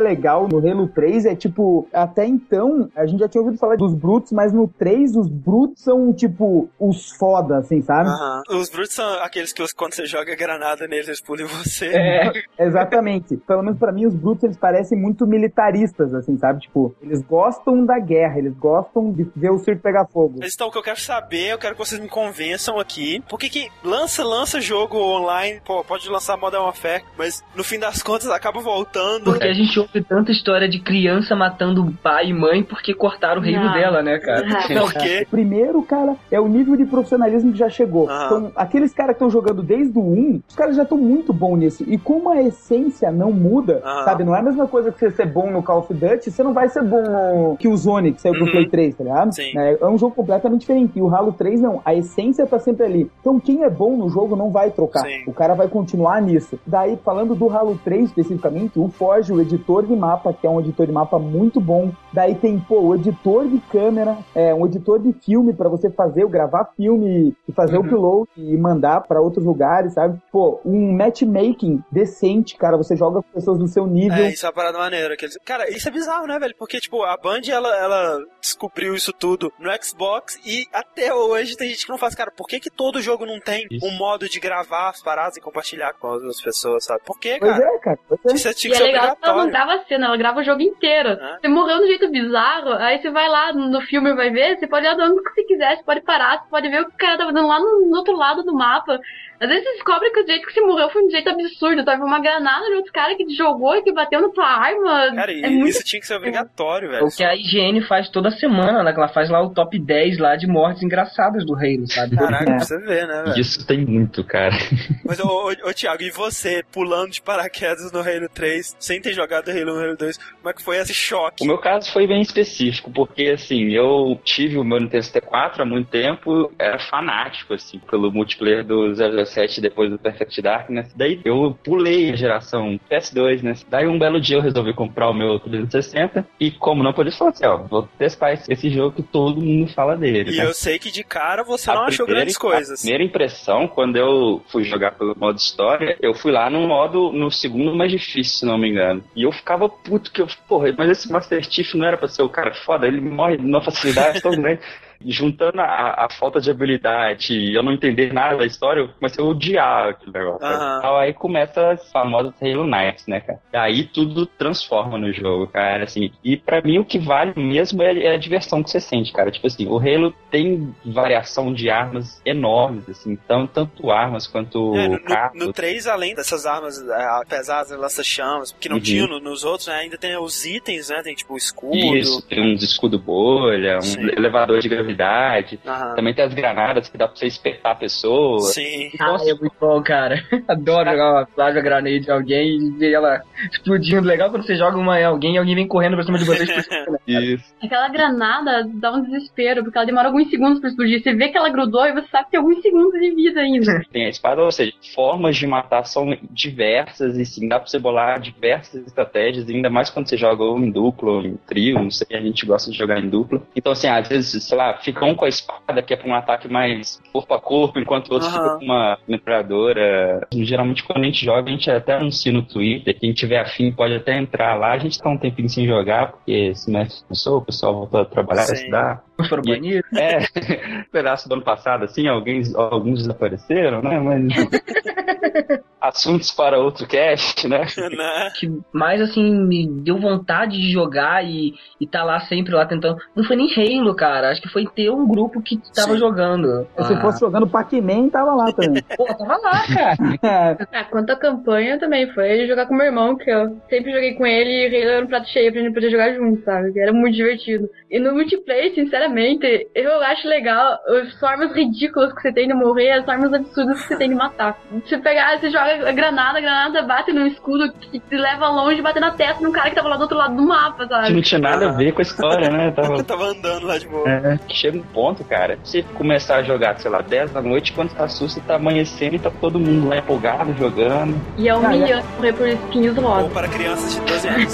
legal no Halo 3 é, tipo, até então, a gente já tinha ouvido falar dos Brutes, mas no 3 os Brutes são, tipo, os foda, assim, sabe? Os Brutes são aqueles que quando você joga granada neles, eles pulam em você. Exatamente. Pelo menos pra mim, os Brutes, eles parecem muito militaristas, assim, sabe? Tipo, eles gostam da guerra, eles gostam de ver o circo pegar fogo. Então, o que eu quero saber, eu quero que vocês me convençam aqui, por que lança jogo online, pode lançar Modern Warfare, mas no fim das contas acaba voltando. Porque a gente ouve tanta história de criança matando pai e mãe porque cortaram o reino dela, né, cara? Por quê? Primeiro, cara, é o nível de profissionalismo que já chegou. Então, aqueles caras que estão jogando desde o 1, os caras já estão muito bons nisso. E como a essência não muda, sabe? Não é a mesma coisa que você ser bom no Call of Duty, você não vai ser bom no Killzone, que saiu pro Play 3, tá ligado? Sim. É um jogo completamente diferente. E o Halo 3, não. A essência tá sempre ali. Então, quem é bom no jogo não vai trocar. Sim. O cara vai continuar nisso. Daí, falando do Halo 3 especificamente, o Forge, o editor de mapa, que é um editor de mapa muito bom. Daí tem, o editor de câmera, um editor de filme pra você gravar filme e fazer o upload e mandar pra outros lugares, sabe? Um matchmaking decente, cara. Você joga com pessoas do seu nível. Isso é uma parada maneira. Cara, isso é bizarro, né, velho? Porque, tipo, a Band, ela descobriu isso tudo no Xbox e até hoje tem gente que não faz. Cara, por que todo jogo não tem um modo de gravar as paradas e compartilhar com as outras pessoas, sabe? Por quê, cara? Pois é, cara. Isso tinha que ser obrigatório. Ela não grava a cena, ela grava o jogo inteiro. Você morreu de um jeito bizarro, aí você vai lá no filme e vai ver, você pode ir lá onde você quiser, você pode parar, você pode ver o que o cara tá fazendo lá no outro lado do mapa. Às vezes você descobre que o jeito que você morreu foi um jeito absurdo, sabe? Foi uma granada de outro cara que jogou e que bateu na tua arma. Cara, isso tinha que ser obrigatório, velho. O que a IGN faz toda semana, né? Que ela faz lá o top 10 lá de mortes engraçadas do Halo, sabe? Caraca, pra você ver, né, velho? Isso tem muito, cara. Mas, ô Thiago, e você pulando de paraquedas no Halo 3, sem ter jogado Halo 1 e Halo 2, como é que foi esse choque? O meu caso foi bem específico, porque, assim, eu tive o meu Nintendo 64 há muito tempo, era fanático, assim, pelo multiplayer do 007 depois do Perfect Darkness. Daí eu pulei a geração PS2, né? Daí um belo dia eu resolvi comprar o meu 360 e, como não podia, falar assim, vou testar esse jogo que todo mundo fala dele. E né? eu sei que de cara você não achou grandes coisas. A primeira impressão, quando eu fui jogar pelo modo história, eu fui lá no segundo mais difícil, se não me engano. E eu ficava puto que mas esse Master Chief não era pra ser o cara foda, ele morre numa facilidade tão grande. Juntando a falta de habilidade e eu não entender nada da história, eu comecei a odiar aquele negócio. Então, aí começa as famosas Halo Nights, né, cara? E aí tudo transforma no jogo, cara, assim. E pra mim o que vale mesmo é a diversão que você sente, cara. Tipo assim, o Halo tem variação de armas enormes, assim. Então, tanto armas quanto carros. No 3, além dessas armas pesadas, lança-chamas, que não tinha nos outros, né, ainda tem os itens, né? Tem tipo o escudo. Isso, tem uns escudo bolha, elevador de gravidade. Também tem as granadas que dá pra você espetar a pessoa. Sim. É muito bom, cara. Adoro jogar uma plasma granada de alguém e ver ela explodindo. Legal quando você joga uma em alguém e alguém vem correndo pra cima de você e explodindo. Isso. Aquela granada dá um desespero, porque ela demora alguns segundos pra explodir. Você vê que ela grudou e você sabe que tem alguns segundos de vida ainda. Tem a espada, ou seja, formas de matar são diversas e sim, dá pra você bolar diversas estratégias, ainda mais quando você joga ou em duplo ou em trio, não sei, a gente gosta de jogar em duplo. Então, assim, às vezes, sei lá, fica um com a espada, que é pra um ataque mais corpo a corpo, enquanto o outro fica com uma metralhadora. Geralmente, quando a gente joga, a gente até anuncia no Twitter. Quem tiver afim pode até entrar lá. A gente tá um tempinho sem jogar, porque esse semestre começou, o pessoal voltou a trabalhar, a estudar. Foram banidos? Pedaço do ano passado, assim, alguns desapareceram, né? Mas assuntos para outro cast, né? Que mais, assim, me deu vontade de jogar e tá lá sempre lá tentando. Não foi nem Halo, cara. Acho que foi ter um grupo que tava jogando. Se eu fosse jogando Pac-Man, tava lá também. Pô, tava lá, cara. Quanto a campanha também, foi jogar com meu irmão, que eu sempre joguei com ele e Halo era um prato cheio pra gente poder jogar junto, sabe? Que era muito divertido. E no multiplayer, sinceramente, eu acho legal as formas ridículas que você tem de morrer e as formas absurdas que você tem de matar. Você joga a granada bate no escudo que te leva longe e bate na testa de um cara que tava lá do outro lado do mapa, sabe? Que não tinha nada a ver com a história, né? Tava andando lá de boa. Chega um ponto, cara, você começar a jogar, sei lá, 10 da noite, quando tá susto, tá amanhecendo e tá todo mundo lá empolgado, jogando. E é humilhante morrer por espinhos rosa. Ou para crianças de 12 anos.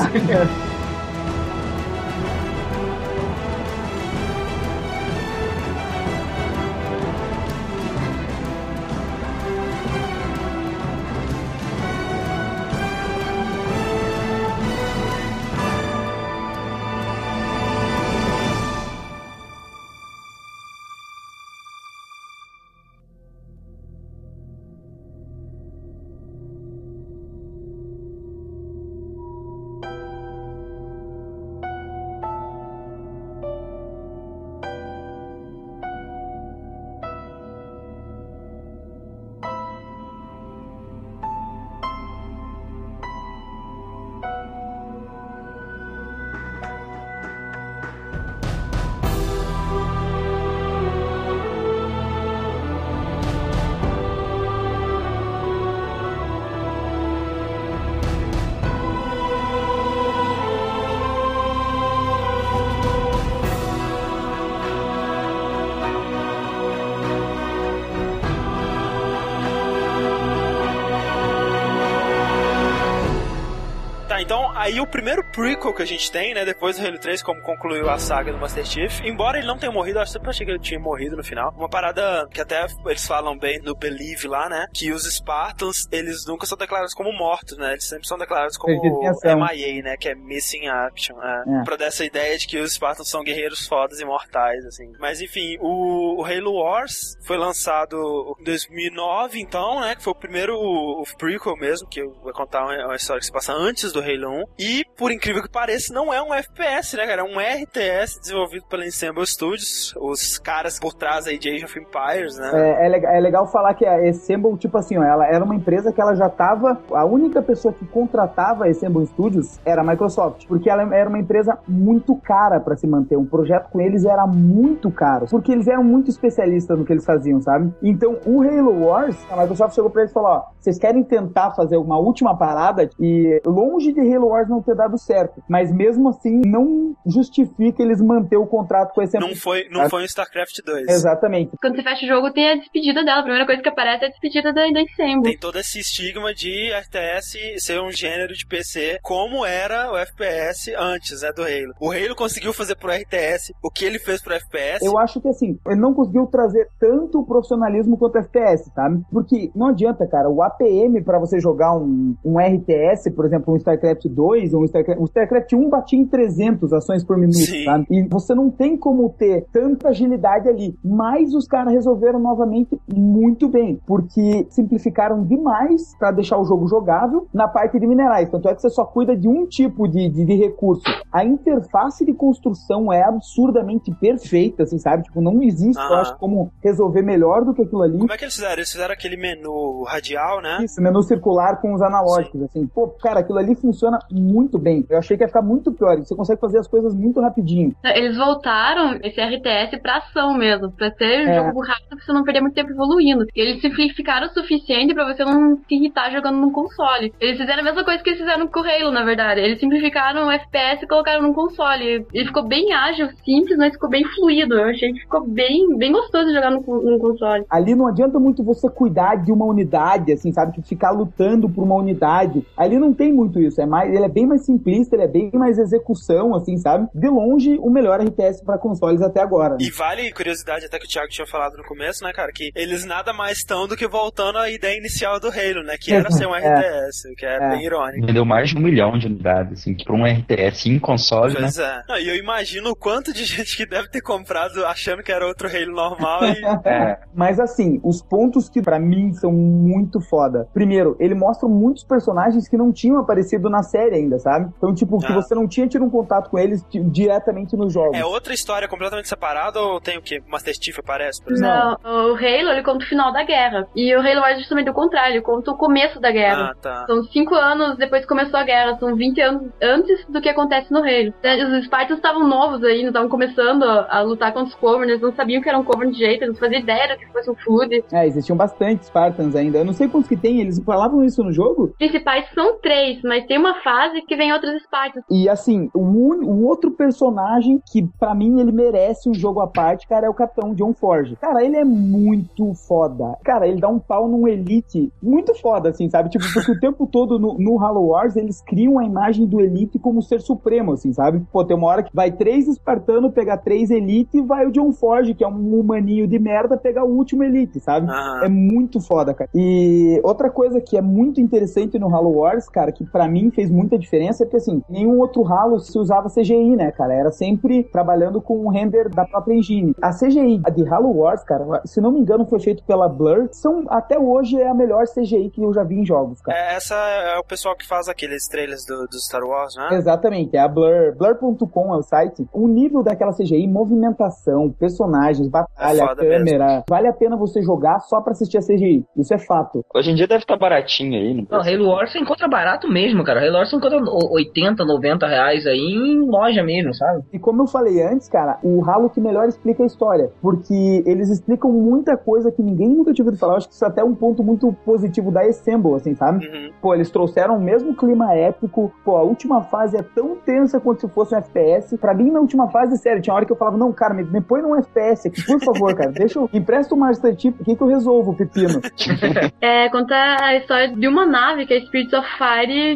Então, aí o primeiro prequel que a gente tem, né, depois do Halo 3, como concluiu a saga do Master Chief, embora ele não tenha morrido, eu sempre achei que ele tinha morrido no final. Uma parada que até eles falam bem no Believe lá, né, que os Spartans, eles nunca são declarados como mortos, né, eles sempre são declarados como MIA, né, que é Missing Action, pra dar essa ideia de que os Spartans são guerreiros fodas e imortais, assim. Mas, enfim, o Halo Wars foi lançado em 2009, então, né, que foi o primeiro o prequel mesmo, que eu vou contar uma história que se passa antes do Halo 1, e, por incrível que pareça, não é um FPS, né, cara, é um RTS desenvolvido pela Ensemble Studios, os caras por trás aí de Age of Empires, né. É legal falar que a Ensemble, tipo assim, ó, ela era uma empresa que ela já tava, a única pessoa que contratava a Ensemble Studios era a Microsoft, porque ela era uma empresa muito cara pra se manter, um projeto com eles era muito caro, porque eles eram muito especialistas no que eles faziam, sabe? Então, o Halo Wars, a Microsoft chegou pra eles e falou, ó, vocês querem tentar fazer uma última parada? E longe de Halo Wars não ter dado certo, mas mesmo assim, não justifica eles manter o contrato com esse... Não foi o StarCraft 2. Exatamente. Quando você fecha o jogo, tem a despedida dela, a primeira coisa que aparece é a despedida da Ensemble. Tem todo esse estigma de RTS ser um gênero de PC, como era o FPS antes, né, do Halo. O Halo conseguiu fazer pro RTS o que ele fez pro FPS. Eu acho que assim, ele não conseguiu trazer tanto o profissionalismo quanto o FPS, sabe? Porque não adianta, cara, o APM pra você jogar um RTS, por exemplo, um StarCraft 2 ou um StarCraft 1 batia em 300 ações por minuto, sabe? E você não tem como ter tanta agilidade ali. Mas os caras resolveram novamente muito bem, porque simplificaram demais pra deixar o jogo jogável na parte de minerais. Tanto é que você só cuida de um tipo de recurso. A interface de construção é absurdamente perfeita, assim, sabe? Tipo, não existe, eu acho, como resolver melhor do que aquilo ali. Como é que eles fizeram? Eles fizeram aquele menu radial, né? Isso, menu circular com os analógicos, assim. Pô, cara, aquilo ali funciona muito bem. Eu achei que ia ficar muito pior. Você consegue fazer as coisas muito rapidinho. Eles voltaram esse RTS pra ação mesmo, pra ser um jogo rápido, pra você não perder muito tempo evoluindo. E eles simplificaram o suficiente pra você não se irritar jogando num console. Eles fizeram a mesma coisa que eles fizeram com o Halo, na verdade. Eles simplificaram o FPS e colocaram num console. Ele ficou bem ágil, simples, mas ficou bem fluido. Eu achei que ficou bem gostoso de jogar num console. Ali não adianta muito você cuidar de uma unidade, assim, sabe? Tipo, ficar lutando por uma unidade. Ali não tem muito isso. Ele é bem mais simplista, ele é bem mais execução, assim, sabe? De longe, o melhor RTS pra consoles até agora. E vale curiosidade, até que o Thiago tinha falado no começo, né, cara? Que eles nada mais estão do que voltando à ideia inicial do Halo, né? Que era ser um RTS, o que é bem irônico. Vendeu mais de 1 milhão de unidades, assim, pra um RTS em console, pois né? E eu imagino o quanto de gente que deve ter comprado achando que era outro Halo normal e... Mas assim, os pontos que pra mim são muito foda. Primeiro, ele mostra muitos personagens que não tinham aparecido na série ainda, sabe? Então, tipo, que você não tinha tido um contato com eles diretamente nos jogos. É outra história completamente separada ou tem o quê? Master Chief aparece, por exemplo? Não, o Halo, ele conta o final da guerra. E o Halo é justamente o contrário, ele conta o começo da guerra. São 5 anos depois que começou a guerra, são 20 anos antes do que acontece no Halo. Os Spartans estavam novos ainda, estavam começando a lutar contra os Covenant, eles não sabiam que era um Covenant de jeito, eles não faziam ideia do que fosse um Flood. Existiam bastante Spartans ainda. Eu não sei quantos que tem, eles falavam isso no jogo? Os principais são 3, mas tem uma fase que vem outros Spartans. E assim, o outro personagem que pra mim ele merece um jogo à parte, cara, é o Capitão John Forge. Cara, ele é muito foda. Cara, ele dá um pau num Elite muito foda, assim, sabe? Tipo, porque o tempo todo no Halo Wars eles criam a imagem do Elite como ser supremo, assim, sabe? Pô, tem uma hora que vai 3 espartanos pegar 3 Elite e vai o John Forge, que é um humaninho de merda, pegar o último Elite, sabe? É muito foda, cara. E outra coisa que é muito interessante no Halo Wars, cara, que pra mim fez muita diferença, é que, assim, nenhum outro Halo se usava CGI, né, cara? Era sempre trabalhando com o render da própria engine. A CGI de Halo Wars, cara, se não me engano, foi feito pela Blur. Até hoje é a melhor CGI que eu já vi em jogos, cara. Essa é o pessoal que faz aqueles trailers do Star Wars, né? Exatamente, é a Blur. Blur.com é o site. O nível daquela CGI, movimentação, personagens, batalha, câmera, mesmo. Vale a pena você jogar só pra assistir a CGI. Isso é fato. Hoje em dia deve estar baratinho aí. Não, Halo Wars você encontra barato mesmo, cara. Halo Wars você encontra 80, 90 reais aí em loja mesmo, sabe? E como eu falei antes, cara, o Halo que melhor explica a história. Porque eles explicam muita coisa que ninguém nunca tinha ouvido falar. Eu acho que isso é até um ponto muito positivo da Assemble, assim, sabe? Pô, eles trouxeram o mesmo clima épico. Pô, a última fase é tão tensa quanto se fosse um FPS. Pra mim, na última fase, sério, tinha hora que eu falava, não, cara, me põe num FPS aqui, por favor, cara. Empresta o Master Chief, o que eu resolvo, pepino? Conta a história de uma nave, que é Spirits of Fire, lutando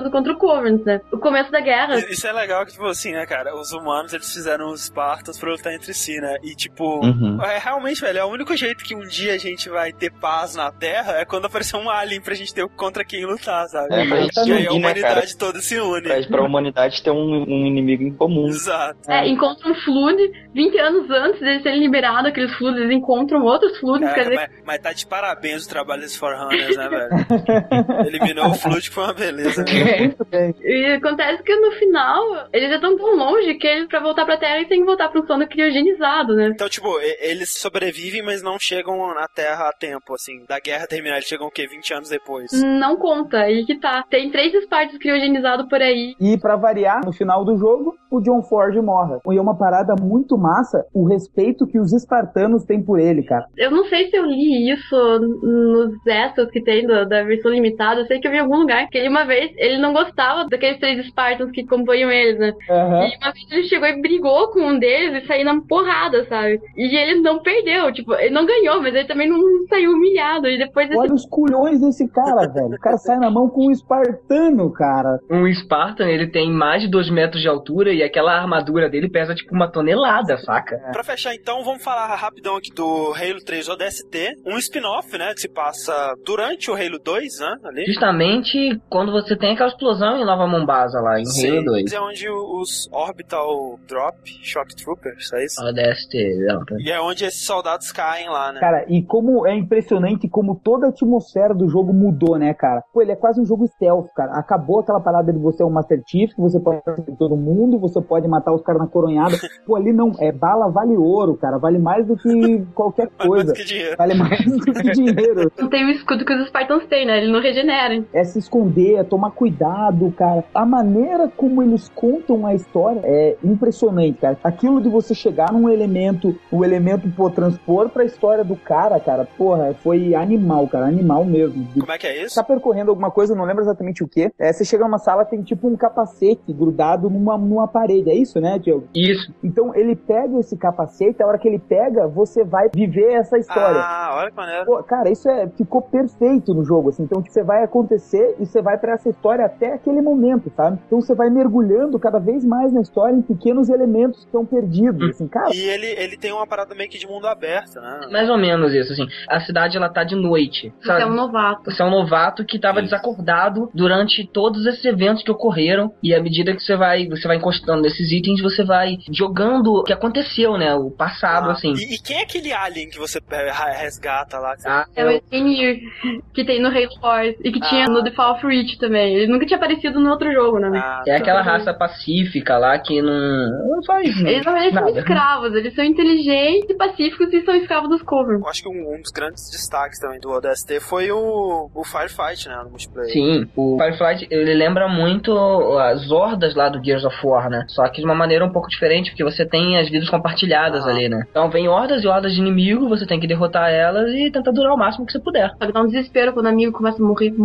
lutando contra o Covenant, né? O começo da guerra. Isso é legal que, tipo assim, né, cara? Os humanos, eles fizeram os Spartans pra lutar entre si, né? E, tipo, realmente, velho, é o único jeito que um dia a gente vai ter paz na Terra é quando aparecer um alien pra gente ter contra quem lutar, sabe? Pra gente e aí a unir, humanidade né, toda se une. Pra humanidade ter um inimigo em comum. Exato. Encontram um Flood, 20 anos antes de serem liberados aqueles Floods, eles encontram outros Floods. Mas tá de parabéns o trabalho desses Forerunners, né, velho? Eliminou o Flood, que foi uma beleza. Muito bem. E acontece que no final, eles já estão tão longe que eles, pra voltar pra Terra, eles têm que voltar pra um sono criogenizado, né? Então, tipo, eles sobrevivem, mas não chegam na Terra a tempo, assim. Da guerra terminar, eles chegam o quê? 20 anos depois? Não conta, aí que tá. Tem 3 Spartans criogenizados por aí. E pra variar, no final do jogo, o John Forge morre. E é uma parada muito massa, o respeito que os espartanos têm por ele, cara. Eu não sei se eu li isso nos extras que tem da versão limitada. Eu sei que eu vi em algum lugar que ele, uma vez, ele não gostava daqueles 3 Spartans que acompanham eles, né? E uma vez ele chegou e brigou com um deles e saiu na porrada, sabe? E ele não perdeu, tipo, ele não ganhou, mas ele também não saiu humilhado. E depois Olha os culhões desse cara, velho. O cara sai na mão com um espartano, cara. Um Spartan, ele tem mais de 2 metros de altura e aquela armadura dele pesa tipo 1 tonelada, saca? Pra fechar então, vamos falar rapidão aqui do Halo 3 ODST, um spin-off, né, que se passa durante o Halo 2, né, ali. Justamente quando você tem aquela explosão em Nova Mombasa lá, em Halo 2. É onde os Orbital Drop Shock Troopers, é isso? ODST, E é onde esses soldados caem lá, né? Cara, e como é impressionante como toda a atmosfera do jogo mudou, né, cara? Pô, ele é quase um jogo stealth, cara. Acabou aquela parada de você é um Master Chief, que você pode matar todo mundo, você pode matar os caras na coronhada. Pô, ali não, bala vale ouro, cara. Vale mais do que qualquer coisa. Vale mais do que dinheiro. Não tem o escudo que os Spartans têm, né? Eles não regeneram. É se esconder, é tomar cuidado, cara. A maneira como eles contam a história é impressionante, cara. Aquilo de você chegar num elemento, o elemento, pô, transpor pra história do cara, porra, foi animal, cara. Animal mesmo. Como é que é isso? Tá percorrendo alguma coisa, não lembro exatamente o que. Você chega numa sala, tem tipo um capacete grudado numa parede. É isso, né, Diogo? Isso. Então ele pega esse capacete, a hora que ele pega, você vai viver essa história. Olha que maneiro. Pô, cara, isso ficou perfeito no jogo, assim. Então você vai acontecer e você vai pra essa história até aquele momento, sabe? Então você vai mergulhando cada vez mais na história em pequenos elementos que estão perdidos, assim, cara. E ele tem uma parada meio que de mundo aberto, né? Mais ou menos isso, assim. A cidade, ela tá de noite, sabe? Você é um novato. Você é um novato que tava desacordado durante todos esses eventos que ocorreram, e à medida que você vai encostando nesses itens, você vai jogando o que aconteceu, né? O passado, assim. E quem é aquele alien que você resgata lá? É o Engineer, que tem no Halo Wars, e que tinha no The Fall of Reach também. Ele nunca tinha aparecido no outro jogo, né? É aquela raça pacífica lá que não faz eles são escravos, eles são inteligentes, pacíficos e são escravos dos Covenant. Eu acho que um dos grandes destaques também do ODST foi o Firefight, né, no multiplayer. Sim, o Firefight, ele lembra muito as hordas lá do Gears of War, né? Só que de uma maneira um pouco diferente, porque você tem as vidas compartilhadas ali, né? Então vem hordas e hordas de inimigo, você tem que derrotar elas e tentar durar o máximo que você puder. Só que dá um desespero quando o amigo começa a morrer.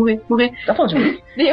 Tá falando de mim? Deu.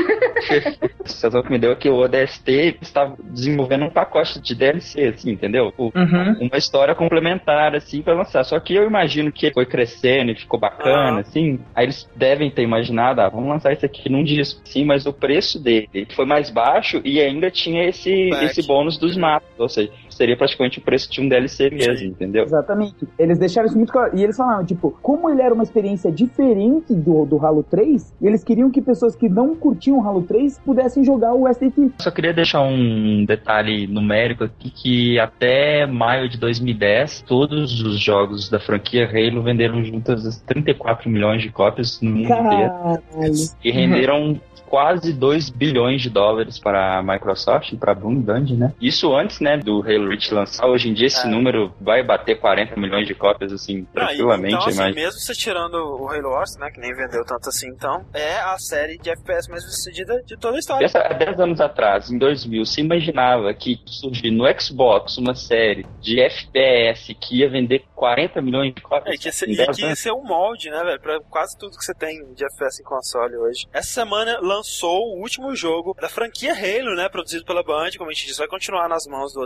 A sensação que me deu é que o ODST estava desenvolvendo um pacote de DLC, assim, entendeu? Uma história complementar, assim, pra lançar. Só que eu imagino que foi crescendo e ficou bacana, assim. Aí eles devem ter imaginado, vamos lançar isso aqui num disco, sim, mas o preço dele foi mais baixo e ainda tinha esse bônus dos mapas, ou seja, seria praticamente o preço de um DLC mesmo, entendeu? Exatamente. Eles deixaram isso muito claro. E eles falaram, tipo, como ele era uma experiência diferente do Halo 3, eles queriam que pessoas que não curtiam o Halo 3 pudessem jogar o SAT. Só queria deixar um detalhe numérico aqui, que até maio de 2010, todos os jogos da franquia Halo venderam juntas 34 milhões de cópias no mundo inteiro. E renderam quase 2 bilhões de dólares para a Microsoft e para a Bloom Dungeon, né? Isso antes, né, do Halo Reach lançar. Hoje em dia esse número vai bater 40 milhões de cópias, assim, tranquilamente. Então, assim, mesmo você tirando o Halo Wars, né, que nem vendeu tanto assim, então, é a série de FPS mais sucedida de toda a história. Há 10 anos atrás, em 2000, se imaginava que surgir no Xbox uma série de FPS que ia vender 40 milhões de cópias? Que ia ser um molde, né, velho, pra quase tudo que você tem de FPS em console hoje. Essa semana lançou o último jogo da franquia Halo, né, produzido pela Band, como a gente disse, vai continuar nas mãos do outro estúdio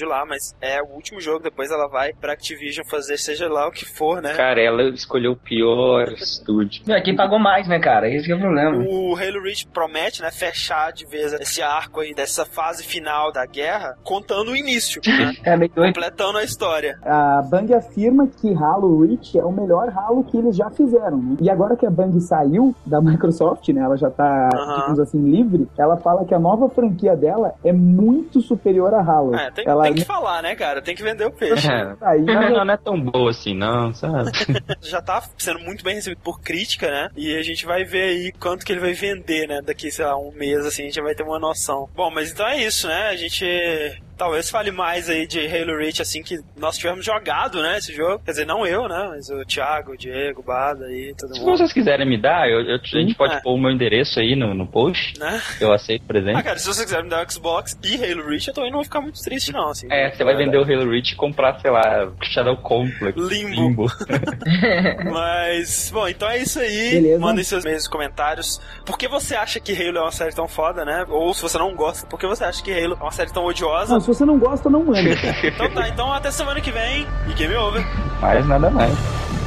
lá, mas é o último jogo, depois ela vai pra Activision fazer seja lá o que for, né? Cara, ela escolheu o pior estúdio. Quem pagou mais, né, cara? Esse que é o problema. O Halo Reach promete, né, fechar de vez esse arco aí, dessa fase final da guerra, contando o início, né? Completando a história. A Bang afirma que Halo Reach é o melhor Halo que eles já fizeram, né? E agora que a Bang saiu da Microsoft, né, ela já tá, digamos assim, livre, ela fala que a nova franquia dela é muito superior a Halo. Tem que falar, né, cara? Tem que vender o peixe. Aí, não é tão boa assim, não, sabe? Já tá sendo muito bem recebido por crítica, né? E a gente vai ver aí quanto que ele vai vender, né? Daqui, sei lá, um mês, assim, a gente vai ter uma noção. Bom, mas então é isso, né? A gente talvez fale mais aí de Halo Reach, assim, que nós tivemos jogado, né, esse jogo. Quer dizer, não eu, né, mas o Thiago, o Diego, o Bada aí, todo mundo. Se vocês quiserem me dar, a gente pode pôr o meu endereço aí no post, né? Eu aceito presente. Cara, se você quiser me dar o Xbox e Halo Reach, eu também não vou ficar muito triste, não, assim. Você vai vender o Halo Reach e comprar, sei lá, Shadow Complex. Limbo. Mas, bom, então é isso aí. Beleza. Mandem seus e-mails e comentários. Por que você acha que Halo é uma série tão foda, né? Ou se você não gosta, por que você acha que Halo é uma série tão odiosa? Não, se você não gosta, não manda. Então até semana que vem e Game Over. Mais nada mais.